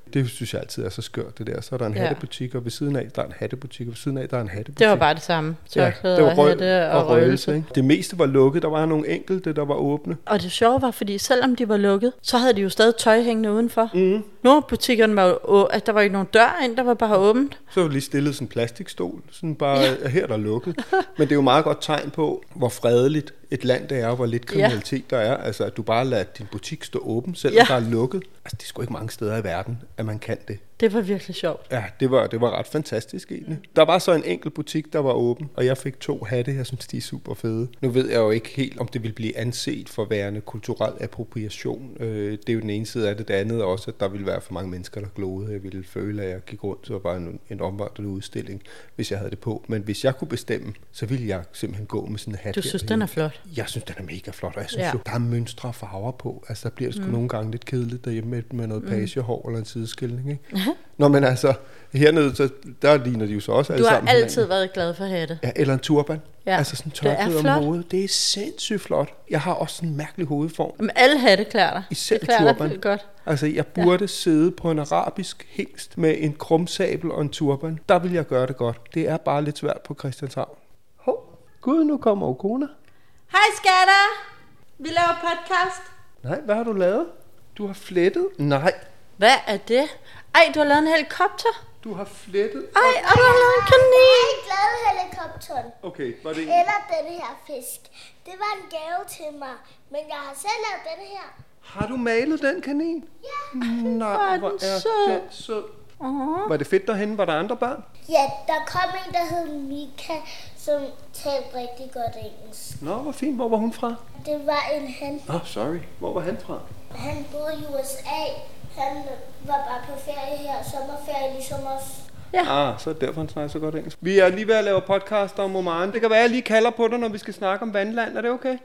Det synes jeg altid er så skørt, det der. Så er der en ja. hattebutik, og ved siden af, der er en hattebutik, og ved siden af, der er en hattebutik. Det var bare det samme. Tørklæder ja, det var og hatte og, og røgelse. Ikke? Det meste var lukket, der var nogle enkelte, der var åbne. Og det sjove var, fordi selvom de var lukket, så havde de jo stadig tøj hængende udenfor. Mm. Nogle af butikkerne var jo, at der var ikke nogen dør ind, der var bare åbent. Så var lige stillet sådan en plastikstol, sådan bare, ja. her der er lukket. Men det er jo meget godt tegn på, hvor fredeligt et land det er, og hvor lidt kriminalitet ja. der er. Altså, at du bare lader din butik stå åben, selvom ja. der er lukket. Altså, det er sgu ikke mange steder i verden, at man kan det. Det var virkelig sjovt. Ja, det var, det var ret fantastisk egentlig. Der var så en enkelt butik, der var åben, og jeg fik to hatte, jeg synes, de er super fede. Nu ved jeg jo ikke helt, om det vil blive anset for værende kulturel appropriation. Øh, det er jo den ene side af det, det andet også, at der ville være for mange mennesker, der glodede. Jeg ville føle, at jeg gik rundt, så var bare en, en omvandrende udstilling, hvis jeg havde det på. Men hvis jeg kunne bestemme, så ville jeg simpelthen gå med sådan en hat. Du synes, den er flot? Jeg synes, den er mega flot, og jeg synes ja. jo, der er mønstre og farver på. Altså, der bliver det sgu mm. nogle gange lidt kedeligt derhjemme med, med noget pagehår mm. eller en sideskilning, ikke? Nå, men altså, hernede, så, der ligner de jo så også alle sammen. Du har altid været glad for hatte. Ja, eller en turban. Ja. Altså sådan tørklæde om hovedet. Det er sindssygt flot. Jeg har også sådan en mærkelig hovedform. Men alle hatte klæder dig. Især det klæder turban. dig godt. Altså, jeg burde ja. sidde på en arabisk hingst med en krumsabel og en turban. Der vil jeg gøre det godt. Det er bare lidt svært på Christianshavn. Hov, gud, nu kommer Okona. Hej skatter! Vi laver podcast. Nej, hvad har du lavet? Du har flettet? Nej. Hvad er det? Ej, du har lavet en helikopter. Du har flettet? Ej, og du har lavet en kanin. Jeg har ikke lavet helikopteren. Okay, var det en? Eller den her fisk. Det var en gave til mig, men jeg har selv lavet den her. Har du malet den kanin? Ja. Nej, hvor er den sød. Uh-huh. Var det fedt derhenne? Var der andre børn? Ja, der kom en, der hed Mika, som talte rigtig godt engelsk. Nå, hvor fint. Hvor var hun fra? Det var en han. Åh, oh, sorry. Hvor var han fra? Han boede i U S A. Han var bare på ferie her, sommerferie ligesom os. Ja. Ah, så er det derfor, han snakker så godt engelsk. Vi er lige ved at lave podcast om Oman. Det kan være, at jeg lige kalder på dig, når vi skal snakke om vandland. Er det okay?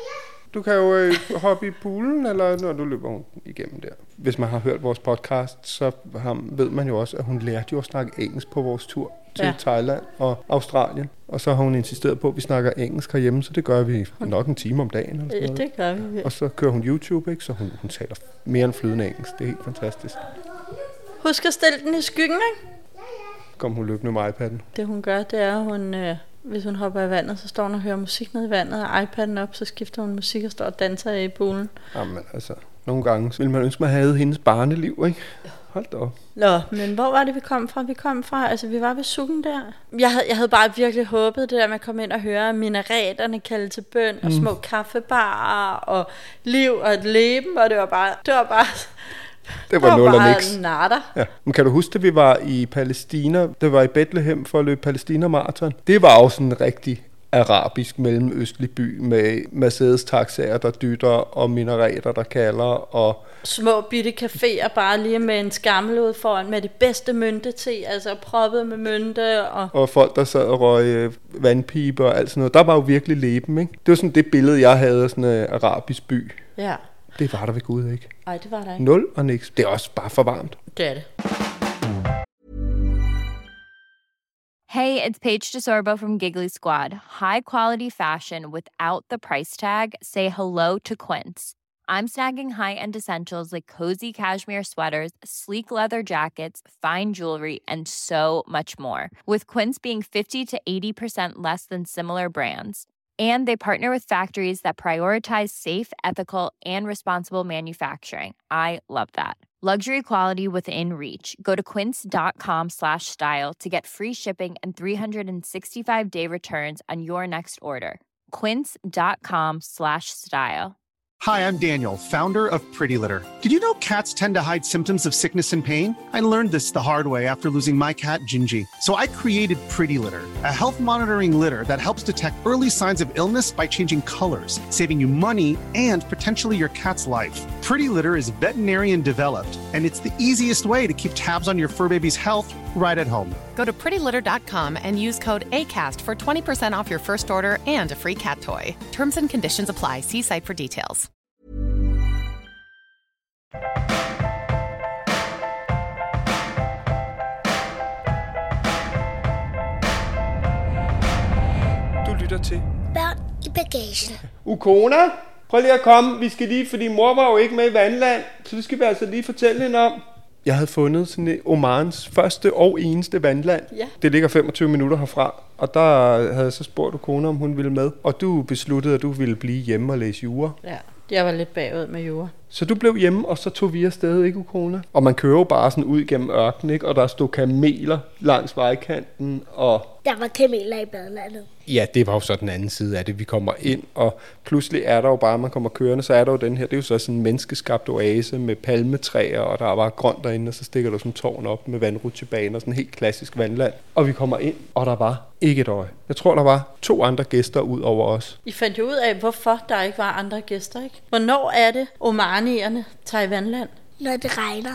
Du kan jo øh, hoppe i poolen, eller når du løber hun igennem der. Hvis man har hørt vores podcast, så har, ved man jo også, at hun lærte jo at snakke engelsk på vores tur til ja. Thailand og Australien. Og så har hun insisteret på, at vi snakker engelsk herhjemme, så det gør vi nok en time om dagen. Eller sådan noget. Det gør vi. Og så kører hun YouTube, ikke? Så hun, hun taler mere end flydende engelsk. Det er helt fantastisk. Husk at stille den i skyggen, ikke? Kom hun løbende med iPad'en. Det hun gør, det er, at hun... Øh Hvis hun hopper i vandet, så står hun og hører musik ned i vandet, og iPad'en op, så skifter hun musik og står og danser i poolen. Jamen altså, nogle gange vil man ønske, man havde hendes barneliv, ikke? Hold da op. Nå, men hvor var det, vi kom fra? Vi kom fra, altså vi var ved sukken der. Jeg havde, jeg havde bare virkelig håbet det der med at komme ind og høre minareterne kalde til bøn, mm. og små kaffebarer, og liv og et leben, og det var bare... Det var bare Det var, var nul og niks. Natter. Ja. Men kan du huske, at vi var i Palæstina? Det var i Bethlehem for at løbe Palæstina-marathon. Det var også en rigtig arabisk mellemøstlig by med Mercedes-taxaer, der dytter, og minareter, der kalder, og... Små bitte caféer bare lige med en skammel ud foran med det bedste myntete, altså proppet med mynte, og... Og folk, der sad og røg vandpiber og alt sådan noget. Der var jo virkelig leben, ikke? Det var sådan det billede, jeg havde af sådan en arabisk by. Ja. Det var der ved Gud ikke. Nej, det var der ikke. Nul og niks. Det er også bare for varmt. Det er det. Hey, it's Paige DeSorbo from Giggly Squad. High quality fashion without the price tag. Say hello to Quince. I'm snagging high-end essentials like cozy cashmere sweaters, sleek leather jackets, fine jewelry, and so much more. With Quince being fifty to eighty percent less than similar brands. And they partner with factories that prioritize safe, ethical, and responsible manufacturing. I love that. Luxury quality within reach. Go to quince.com slash style to get free shipping and three sixty-five day returns on your next order. Quince.com slash style. Hi, I'm Daniel, founder of Pretty Litter. Did you know cats tend to hide symptoms of sickness and pain? I learned this the hard way after losing my cat, Gingy. So I created Pretty Litter, a health monitoring litter that helps detect early signs of illness by changing colors, saving you money and potentially your cat's life. Pretty Litter is veterinarian developed, and it's the easiest way to keep tabs on your fur baby's health right at home. Go to pretty litter dot com and use code ACAST for twenty percent off your first order and a free cat toy. Terms and conditions apply. See site for details. Du lytter til Børn i bagagen. Ukona, prøv lige at komme. Vi skal lige, fordi mor var jo ikke med i Vandland, så det skal vi altså lige fortælle hende om. Jeg havde fundet sådan et Omans første og eneste vandland. Ja. Det ligger femogtyve minutter herfra, og der havde jeg så spurgt du kone, om hun ville med. Og du besluttede, at du ville blive hjemme og læse jura. Ja, jeg var lidt bagud med jura. Så du blev hjemme, og så tog vi afsted, ikke Ukona? Og man kører jo bare sådan ud gennem ørkenen, ikke? Og der stod kameler langs vejkanten, og... Der var kameler i badelandet. Ja, det var jo så den anden side af det. Vi kommer ind, og pludselig er der jo bare, man kommer kørende, så er der jo den her, det er jo så sådan en menneskeskabt oase med palmetræer, og der er bare grønt derinde, og så stikker der sådan en tårn op med vandrutsjebaner, sådan en helt klassisk vandland. Og vi kommer ind, og der var ikke et øje. Jeg tror, der var to andre gæster ud over os. I fandt jo ud af, hvorfor der ikke var andre gæster, ikke? Hvornår er det, omanierne tager i vandland? Når det regner.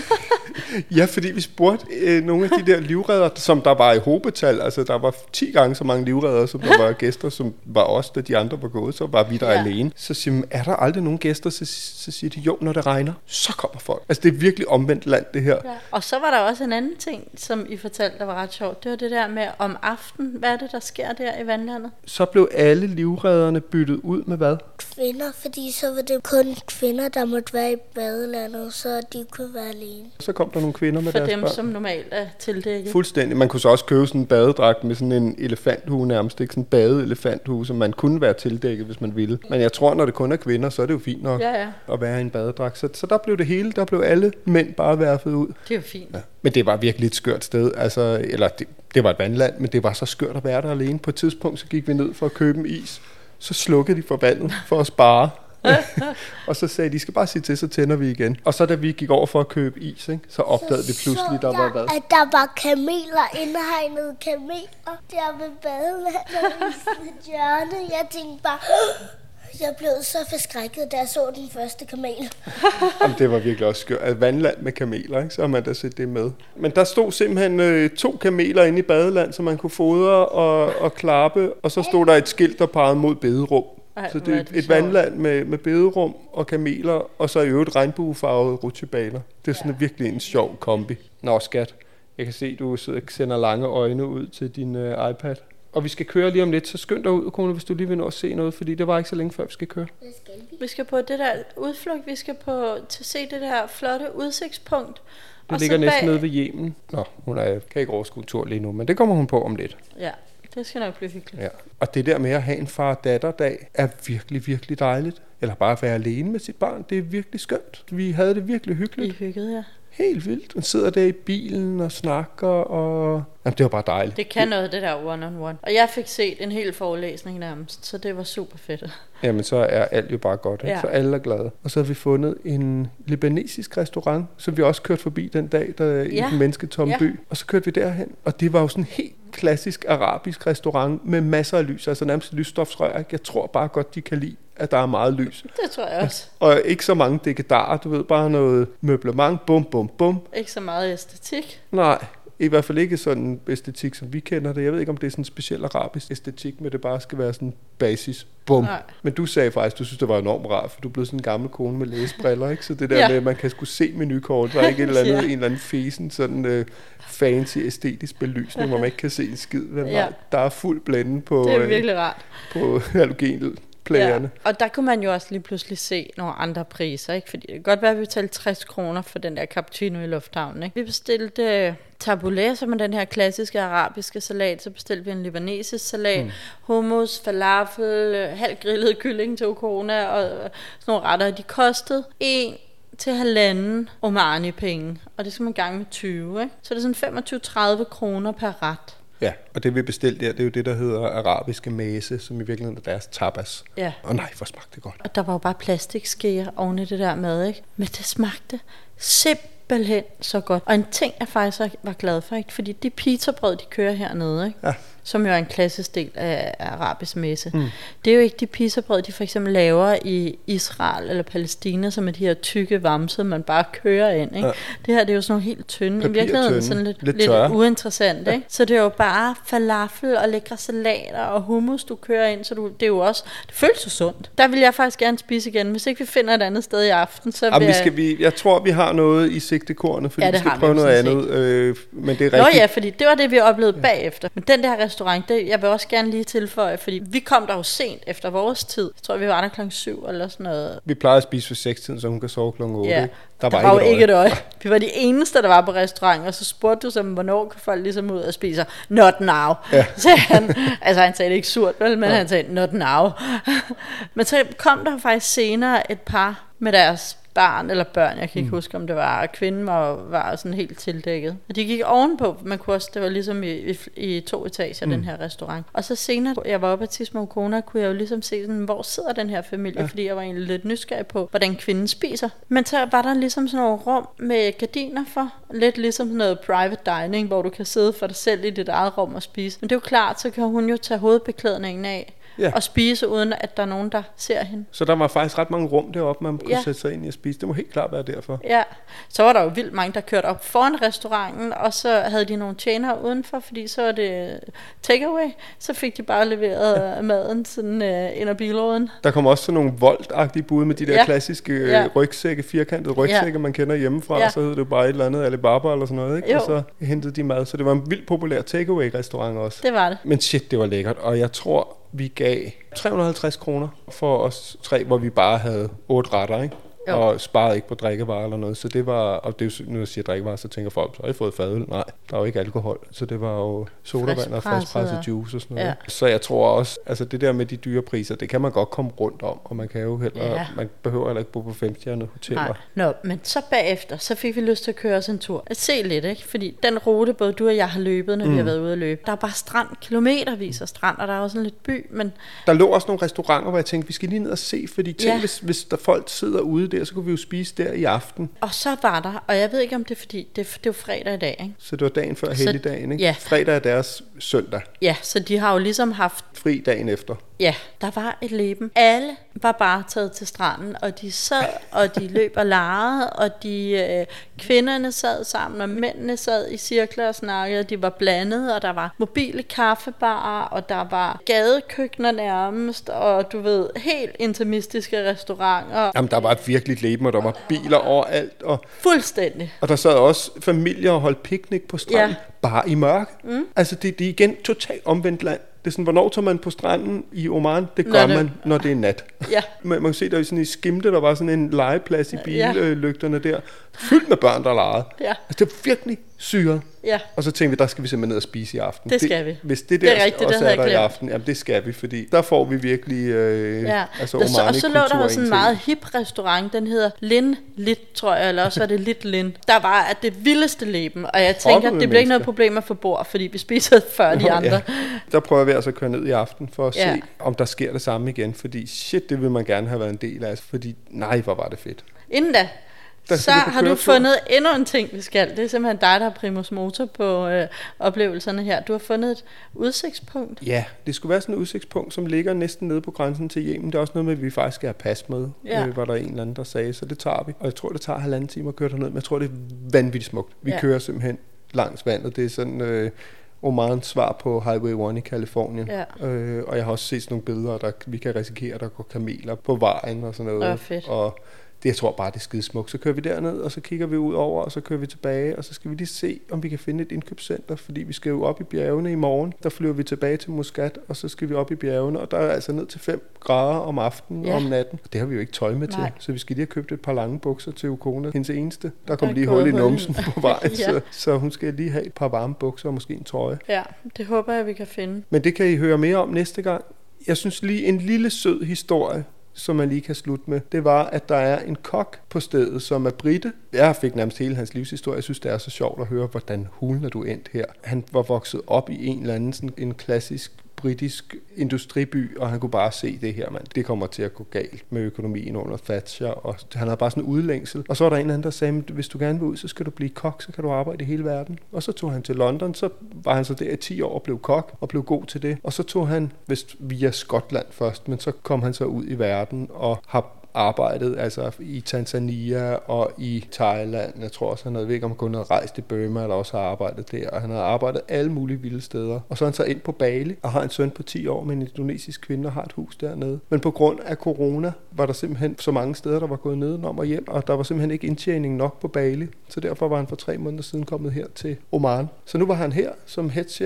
Ja, fordi vi spurgte øh, nogle af de der livredder, som der var i hobetal. Altså, der var ti gange så mange livredder, som der var gæster, som var os, da de andre var gået. Så var vi der ja. alene. Så siger man, er der aldrig nogen gæster? Så, så siger de, jo, når det regner, så kommer folk. Altså, det er virkelig omvendt land, det her. Ja. Og så var der også en anden ting, som I fortalte, der var ret sjovt. Det var det der med om aftenen. Hvad er det, der sker der i vandlandet? Så blev alle livredderne byttet ud med hvad? Kvinder, fordi så var det kun kvinder, der måtte være i badelandet, så de kunne være alene. Så kom der nogle kvinder med For deres dem, børn. som normalt er tildækket. Fuldstændig. Man kunne så også købe sådan en badedragt med sådan en elefanthue nærmest. Ikke sådan en badeelefanthue, som man kunne være tildækket, hvis man ville. Men jeg tror, når det kun er kvinder, så er det jo fint nok ja, ja. at være i en badedragt. Så, så der blev det hele. Der blev alle mænd bare værfet ud. Det er jo fint. Ja. Men det var virkelig et skørt sted. Altså, eller det, det var et vandland, men det var så skørt at være der alene. På et tidspunkt så gik vi ned for at købe en is. Så slukkede de for vandet for at spare. Og så sagde de, skal bare sige til, så tænder vi igen. Og så da vi gik over for at købe is, ikke, så opdagede vi pludselig, der var hvad? At der var kameler, indhegnede kameler, der ved badelandet i sådan et hjørne. Jeg tænkte bare, jeg blev så forskrækket, da jeg så den første kamel. Jamen, det var virkelig også skørt. Altså, vandland med kameler, ikke? Så har man da set det med. Men der stod simpelthen øh, to kameler inde i badeland, som man kunne fodre og, og klappe. Og så stod der et skilt, der pegede mod bederum. Ej, så det er et, det et vandland med, med bederum og kameler, og så i øvrigt regnbuefarvede rutsjebaner. Det er sådan ja. virkelig en sjov kombi. Nå, skat. Jeg kan se, du sidder og sender lange øjne ud til din uh, iPad. Og vi skal køre lige om lidt, så skynd dig ud, kone, hvis du lige vil nå at se noget, fordi det var ikke så længe før, vi skal køre. Skal vi? Vi skal på det der udflugt, vi skal på til se det der flotte udsigtspunkt. Det og ligger bag... næsten nede ved Yemen. Nå, hun er, kan ikke overskue en tur lige nu, men det kommer hun på om lidt. Ja. Det skal nok blive hyggeligt. Ja. Og det der med at have en far-datter-dag er virkelig, virkelig dejligt. Eller bare at være alene med sit barn, det er virkelig skønt. Vi havde det virkelig hyggeligt. I hyggede, ja. Helt vildt. Man sidder der i bilen og snakker, og... Jamen, det var bare dejligt. Det kan noget, det der one-on-one. Og jeg fik set en hel forelæsning nærmest, så det var super fedt. Jamen, så er alt jo bare godt, ikke? Ja. Så alle er glade. Og så har vi fundet en libanesisk restaurant, som vi også kørte forbi den dag, der ja. i den mennesketomme ja. by. Og så kørte vi derhen, og det var jo sådan helt klassisk arabisk restaurant med masser af lys, altså nærmest lysstofsrør. Jeg tror bare godt, de kan lide, at der er meget lys. Det tror jeg også. Og ikke så mange dekedarer, du ved, bare noget møblement, bum, bum, bum. Ikke så meget æstetik. Nej, i hvert fald ikke sådan æstetik, som vi kender det. Jeg ved ikke, om det er sådan en speciel arabisk æstetik, men det bare skal være sådan basis. Bum. Nej. Men du sagde faktisk, du synes, det var enormt rart, for du blev sådan en gammel kone med læsebriller, ikke? Så det der ja. med, at man kan sgu se menukort, der er ikke et eller andet, ja. en eller anden fesen, sådan uh, fancy æstetisk belysning, hvor man ikke kan se en skid. Ja. Der er fuld blænde på, det er virkelig rart. på halogen. Ja, og der kunne man jo også lige pludselig se nogle andre priser, ikke? Fordi det kan godt være, at vi betalte tres kroner for den der cappuccino i lufthavnen, ikke? Vi bestilte uh, tabbouleh, som er den her klassiske arabiske salat, så bestilte vi en libanesisk salat, mm. hummus, falafel, halvgrillet kylling til corona og uh, sådan nogle retter. De kostede en til halvanden omani-penge, og det skal man gange med tyve, ikke? Så det er sådan femogtyve til tredive kroner per ret. Ja, og det vi bestilte der, det er jo det, der hedder arabiske mæse, som i virkeligheden er deres tapas. Ja. Og nej, hvor smagte det godt. Og der var jo bare plastikskeer oven i det der mad, ikke? Men det smagte simpelthen så godt. Og en ting, jeg faktisk var glad for, ikke? Fordi de pizzabrød, de kører hernede, ikke? Ja. Som jo er en klassisk del af arabisk messe. Mm. Det er jo ikke de pizzabrød, de for eksempel laver i Israel eller Palæstina, som er de her tykke vamser, man bare kører ind. Ikke? Ja. Det her det er jo sådan nogle helt tynde, i virkeligheden sådan lidt, lidt, lidt uinteressant. Ja. Ikke? Så det er jo bare falafel og lækre salater og hummus, du kører ind, så du, det er jo også, det føles så sundt. Der vil jeg faktisk gerne spise igen, hvis ikke vi finder et andet sted i aften. Så Jamen, vi skal, vi, jeg tror, vi har noget i sigtekornet, fordi ja, vi skal prøve noget andet. Øh, men det er Nå rigtig... ja, fordi det var det, vi oplevede ja. bagefter. Men den der restaurant, det, jeg vil også gerne lige tilføje, fordi vi kom der jo sent efter vores tid. Jeg tror, vi var der klokken syv eller sådan noget. Vi plejede at spise for seks tiden, så hun kan sove klokken otte. Ja. Der var, der var ikke jo ikke et øje. Vi var de eneste, der var på restauranten, og så spurgte du som, hvornår kan folk ligesom ud og spise? Not now. Ja. Så han, altså han sagde det ikke surt, vel, men ja. Han sagde, not now. Men så kom der faktisk senere et par med deres barn eller børn, jeg kan ikke mm. huske, om det var, og kvinden var, var sådan helt tildækket. Og de gik ovenpå, man kunne også, det var ligesom i, i, i to etager, mm. den her restaurant. Og så senere, jeg var oppe af Tismo Kona, kunne jeg jo ligesom se, sådan, hvor sidder den her familie, ja. Fordi jeg var egentlig lidt nysgerrig på, hvordan kvinden spiser. Men så var der ligesom sådan nogle rum med gardiner for, lidt ligesom sådan noget private dining, hvor du kan sidde for dig selv i dit eget rum og spise. Men det er jo klart, så kan hun jo tage hovedbeklædningen af, ja. Og spise, uden at der er nogen, der ser hende. Så der var faktisk ret mange rum deroppe, man kunne ja. Sætte sig ind i at spise. Det må helt klart være derfor. Ja, så var der jo vildt mange, der kørte op foran restauranten, og så havde de nogle tjenere udenfor, fordi så var det takeaway. Så fik de bare leveret ja. Maden sådan uh, ind ad bilråden. Der kom også sådan nogle voltagtige bud med de der ja. Klassiske ja. rygsække, firkantede rygsække, ja. Man kender hjemmefra, ja. Så hed det bare et eller andet Alibaba eller sådan noget, ikke? Og så hentede de mad. Så det var en vildt populær takeaway-restaurant også. Det var det. Men shit, det var lækkert, og jeg tror, vi gav tre hundrede og halvtreds kroner for os tre, hvor vi bare havde otte retter, ikke? Jo. Og sparede ikke på drikkevarer eller noget. Så det var, og det er jo, når jeg siger drikkevarer, så tænker folk, så har I fået fadøl? Nej, der er jo ikke alkohol. Så det var jo sodavand og friskpresset juice og sådan noget. Ja. Så jeg tror også, altså det der med de dyre priser, det kan man godt komme rundt om, og man kan jo heller, ja. Man behøver heller ikke bo på femstjernede hoteller. Nej. Nå, men så bagefter, så fik vi lyst til at køre os en tur. At se lidt, ikke? Fordi den rute, både du og jeg har løbet, når mm. vi har været ude at løbe, der er bare strand, kilometervis af strand, og der er også sådan lidt by, men... Der lå også nogle restauranter, hvor jeg tænkte, vi skal lige ned og se, fordi tænk, ja. hvis, hvis der folk sidder ude der, så kunne vi jo spise der i aften. Og så var der, og jeg ved ikke om det er fordi, det, det er jo fredag i dag, ikke? Så det var dagen før helligdagen, ikke? Ja. Fredag er deres søndag. Ja, så de har jo ligesom haft... Fri dagen efter. Ja, der var et leben. Alle var bare taget til stranden, og de sad, og de løb og legede, og de øh, kvinderne sad sammen, og mændene sad i cirkler og snakkede, og de var blandet, og der var mobile kaffebarer, og der var gadekøkkener nærmest, og du ved, helt intimistiske restauranter. Jamen, der var et virkeligt leben, og der var biler overalt. Og, fuldstændig. Og der sad også familier og holdt piknik på stranden, ja. Bare i mørke. Mm. Altså, det, det er igen totalt omvendt land. Det er sådan, hvornår tager man på stranden i Oman? Det gør det... man, når det er nat. Ja. Man, man kan se, der i sådan i Skimte, der var sådan en legeplads i billygterne der, fyldt med børn, der legede. Ja. Altså, det var virkelig syret. Ja. Og så tænkte vi, der skal vi simpelthen ned og spise i aften. Det skal vi. Hvis det der det er rigtigt, også det er der i aften, jamen det skal vi, fordi der får vi virkelig øh, ja. altså Omani-kultur. Og så lå der sådan en meget hip restaurant, den hedder Lin Lit, tror jeg, eller også var det Lit Lin. Der var at det vildeste leben, og jeg tænker, det bliver ikke noget problem at få bord, fordi vi spiser før de andre. Ja. Der prøver vi altså at køre ned i aften for at ja. Se, om der sker det samme igen, fordi shit, det vil man gerne have været en del af, fordi nej, hvor var det fedt. Inden da, så har du fundet endnu en ting, vi skal. Det er simpelthen dig, der har primus motor på øh, oplevelserne her. Du har fundet et udsigtspunkt. Ja, det skulle være sådan et udsigtspunkt, som ligger næsten nede på grænsen til Yemen. Det er også noget med, at vi faktisk skal have pas med, ja. øh, var der en eller anden, der sagde. Så det tager vi. Og jeg tror, det tager halvanden time at køre derned, men jeg tror, det er vanvittigt smukt. Vi ja. Kører simpelthen langs vandet. Det er sådan... Øh, Omans svar på Highway one i Californien. Ja. Øh, og jeg har også set nogle billeder, der vi kan risikere, at der går kameler på vejen og sådan noget. Fedt. Og det, jeg tror bare, det er skidesmukt. Så kører vi derned, og så kigger vi ud over, og så kører vi tilbage, og så skal vi lige se, om vi kan finde et indkøbscenter, fordi vi skal jo op i bjergene i morgen. Der flyver vi tilbage til Muscat, og så skal vi op i bjergene, og der er altså ned til fem grader om aftenen ja. Og om natten. Det har vi jo ikke tøj med Nej. Til, så vi skal lige have købt et par lange bukser til Ukona. Hendes eneste. Der kom lige hul i numsen på vejen, ja. så, så hun skal lige have et par varme bukser og måske en trøje. Ja, det håber jeg, vi kan finde. Men det kan I høre mere om næste gang. Jeg synes lige en lille sød historie, som man lige kan slutte med, det var, at der er en kok på stedet, som er brite. Jeg fik nærmest hele hans livshistorie. Jeg synes, det er så sjovt at høre, hvordan hulen er du endt her. Han var vokset op i en eller anden, sådan en klassisk britisk industriby, og han kunne bare se det her, mand. Det kommer til at gå galt med økonomien under Thatcher, og han havde bare sådan en udlængsel. Og så var der en anden, der sagde, hvis du gerne vil ud, så skal du blive kok, så kan du arbejde i hele verden. Og så tog han til London, så var han så der i ti år og blev kok, og blev god til det. Og så tog han vist via Skotland først, men så kom han så ud i verden, og har arbejdet altså i Tanzania og i Thailand. Jeg tror også, han havde, ved ikke om han kun havde rejst i Burma, eller også har arbejdet der. Og han har arbejdet alle mulige vilde steder. Og så er han så ind på Bali og har en søn på ti år med en indonesisk kvinde og har et hus dernede. Men på grund af corona var der simpelthen så mange steder, der var gået nedenom og hjem, og der var simpelthen ikke indtjening nok på Bali. Så derfor var han for tre måneder siden kommet her til Oman. Så nu var han her som headchef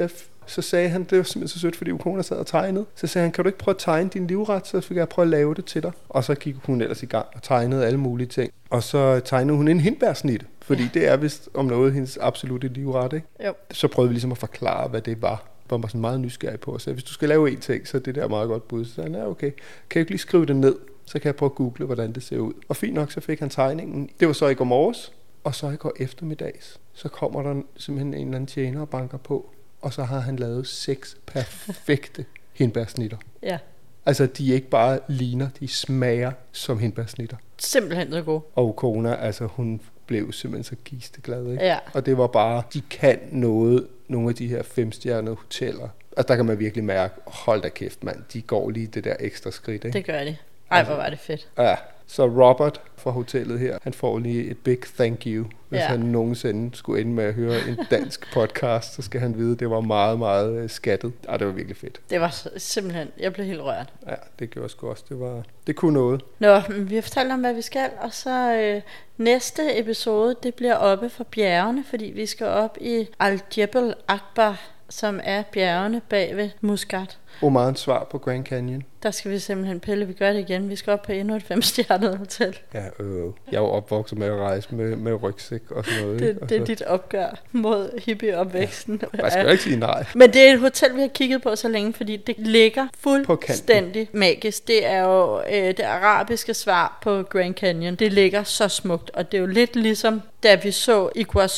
Så sagde han, det var simpelthen så sødt, fordi Ukona sad og tegnede. Så sagde han, kan du ikke prøve at tegne din livret, så fik jeg prøve at lave det til dig. Og så gik hun ellers i gang og tegnede alle mulige ting. Og så tegnede hun en hindbærsnit, fordi ja. det er vist om noget hendes absolutte livret, ikke? Jo. Så prøvede vi ligesom at forklare, hvad det var. Hvor var sådan meget nysgerrig på. Så hvis du skal lave en ting, så er det der meget godt bud. Så sagde han, ja okay, kan jeg ikke lige skrive det ned? Så kan jeg prøve at google, hvordan det ser ud. Og fint nok, så fik han tegningen. Det var så i går morges, og så i går eftermiddags. Så kommer der simpelthen en eller anden tjener og banker på, og så har han lavet seks perfekte hindbærsnitter. Ja. Altså, de ikke bare ligner, de smager som hindbærsnitter. Simpelthen så god. Og Ukona, altså hun blev simpelthen så gisteglad, ikke? Ja. Og det var bare, de kan noget, nogle af de her femstjernede hoteller. Altså, der kan man virkelig mærke, hold da kæft, mand, de går lige det der ekstra skridt, ikke? Det gør de. Ej, hvor var det fedt. Ja, så Robert fra hotellet her, han får lige et big thank you. Hvis ja. han nogensinde skulle ende med at høre en dansk podcast, så skal han vide, at det var meget, meget skattet. Ja, det var virkelig fedt. Det var simpelthen, jeg blev helt rørt. Ja, det gjorde sgu også. Det var, det kunne noget. Nå, vi har fortalt om, hvad vi skal, og så øh, næste episode, det bliver oppe for bjergene, fordi vi skal op i Al-Jebel Akbar, som er bjergene bag ved Muscat. Omarens svar på Grand Canyon. Der skal vi simpelthen pille, vi gør det igen. Vi skal op på endnu et femstjernet hotel. Ja, øh. Jeg er jo opvokset med at rejse med, med rygsæk og sådan noget. Det, det er dit opgør mod hippieopvæksten. Ja, jeg skal jo ikke sige nej. Men det er et hotel, vi har kigget på så længe, fordi det ligger fuldstændig magisk. Det er jo øh, det arabiske svar på Grand Canyon. Det ligger så smukt, og det er jo lidt ligesom, da vi så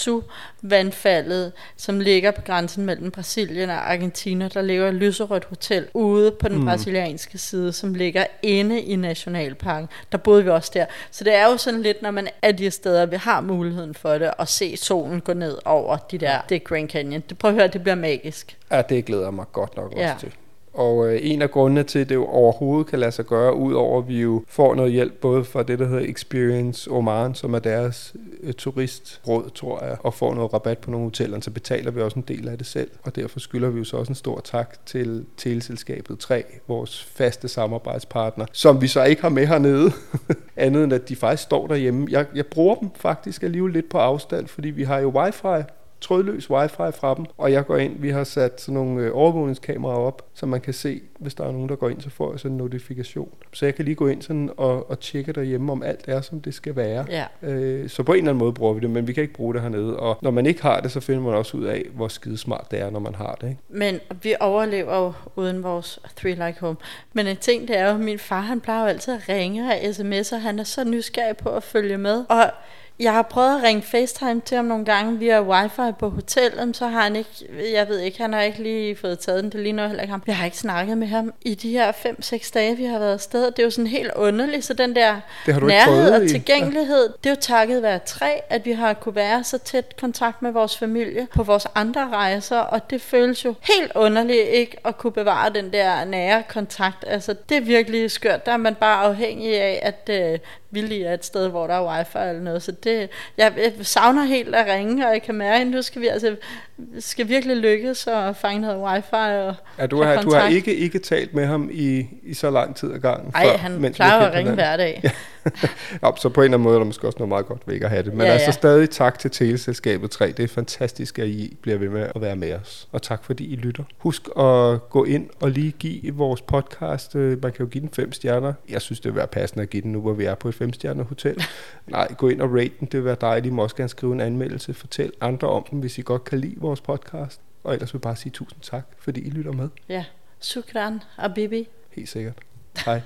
Iguazu-vandfaldet, som ligger på grænsen mellem Brasilien og Argentina. Der ligger et lyserødt hotel ude på den mm. brasilianske side, som ligger inde i Nationalparken. Der boede vi også der. Så det er jo sådan lidt, når man er de steder, vi har muligheden for det, at se solen gå ned over de der, det Grand Canyon. Det, prøv at høre, det bliver magisk. Ja, det glæder mig godt nok ja. også til. Og øh, en af grundene til, at det jo overhovedet kan lade sig gøre, udover at vi jo får noget hjælp, både fra det, der hedder Experience Oman, som er deres øh, turistråd, tror jeg, og får noget rabat på nogle hoteller, så betaler vi også en del af det selv. Og derfor skylder vi jo så også en stor tak til Teleselskabet tre, vores faste samarbejdspartner, som vi så ikke har med hernede, andet end at de faktisk står derhjemme. Jeg, jeg bruger dem faktisk alligevel lidt på afstand, fordi vi har jo wifi, trådløs wifi fra dem, og jeg går ind, vi har sat sådan nogle øh, overvågningskameraer op, så man kan se, hvis der er nogen, der går ind, så får jeg sådan en notifikation. Så jeg kan lige gå ind sådan og, og tjekke derhjemme, om alt er, som det skal være. Ja. Øh, så på en eller anden måde bruger vi det, men vi kan ikke bruge det hernede, og når man ikke har det, så finder man også ud af, hvor skidesmart det er, når man har det. Ikke? Men vi overlever jo uden vores Three Like Home. Men en ting, det er jo, at min far, han plejer jo altid at ringe og sms'er, han er så nysgerrig på at følge med, og jeg har prøvet at ringe FaceTime til ham nogle gange via wifi på hotellet, så har han ikke, jeg ved ikke, han har ikke lige fået taget den, det ligner heller ikke ham. Jeg har ikke snakket med ham i de her fem seks dage, vi har været afsted. Det er jo sådan helt underligt, så den der nærhed og tilgængelighed, ja. Det er jo takket være tre, at vi har kunne være så tæt kontakt med vores familie på vores andre rejser, og det føles jo helt underligt ikke at kunne bevare den der nære kontakt. Altså, det er virkelig skørt. Der er man bare afhængig af, at øh, vi lige er et sted, hvor der er wifi eller noget, så det, jeg, jeg savner helt at ringe, og jeg kan mærke, at nu skal vi altså skal virkelig lykkes at fange noget wifi og ja, du har, du har ikke, ikke talt med ham i, i så lang tid ad gangen. Nej, han plejer at ringe hver dag. Ja. Ja, så på en eller anden måde er der måske også noget meget godt ved ikke at have det. Men ja, altså ja. Stadig tak til Teleselskabet tre. Det er fantastisk, at I bliver ved med at være med os. Og tak fordi I lytter. Husk at gå ind og lige give vores podcast. Man kan jo give den fem stjerner. Jeg synes, det vil være passende at give den nu, hvor vi er på et femstjernet hotel. Nej, gå ind og rate den. Det vil være dejligt. I må også gerne skrive en anmeldelse. Fortæl andre om den, hvis I godt kan lide vores podcast. Og ellers vil jeg bare sige tusind tak, fordi I lytter med. Ja, shukran og bibi. Helt sikkert. Hej.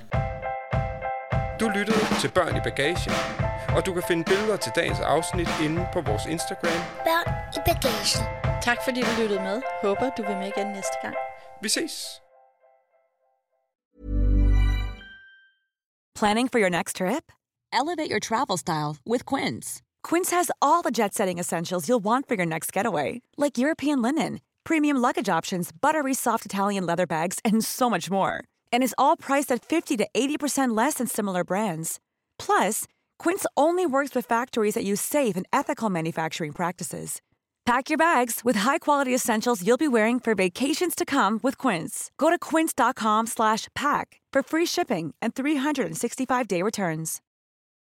Du lyttede til Børn i Bagagen, og du kan finde billeder til dagens afsnit inde på vores Instagram. Børn i Bagagen. Tak fordi du lyttede med. Håber du vil med igen næste gang. Vi ses. Planning for your next trip? Elevate your travel style with Quince. Quince has all the jet-setting essentials you'll want for your next getaway, like European linen, premium luggage options, buttery soft Italian leather bags, and so much more. And is all priced at fifty to eighty percent less than similar brands. Plus, Quince only works with factories that use safe and ethical manufacturing practices. Pack your bags with high-quality essentials you'll be wearing for vacations to come with Quince. Go to quince dot com slash pack for free shipping and three hundred sixty-five day returns.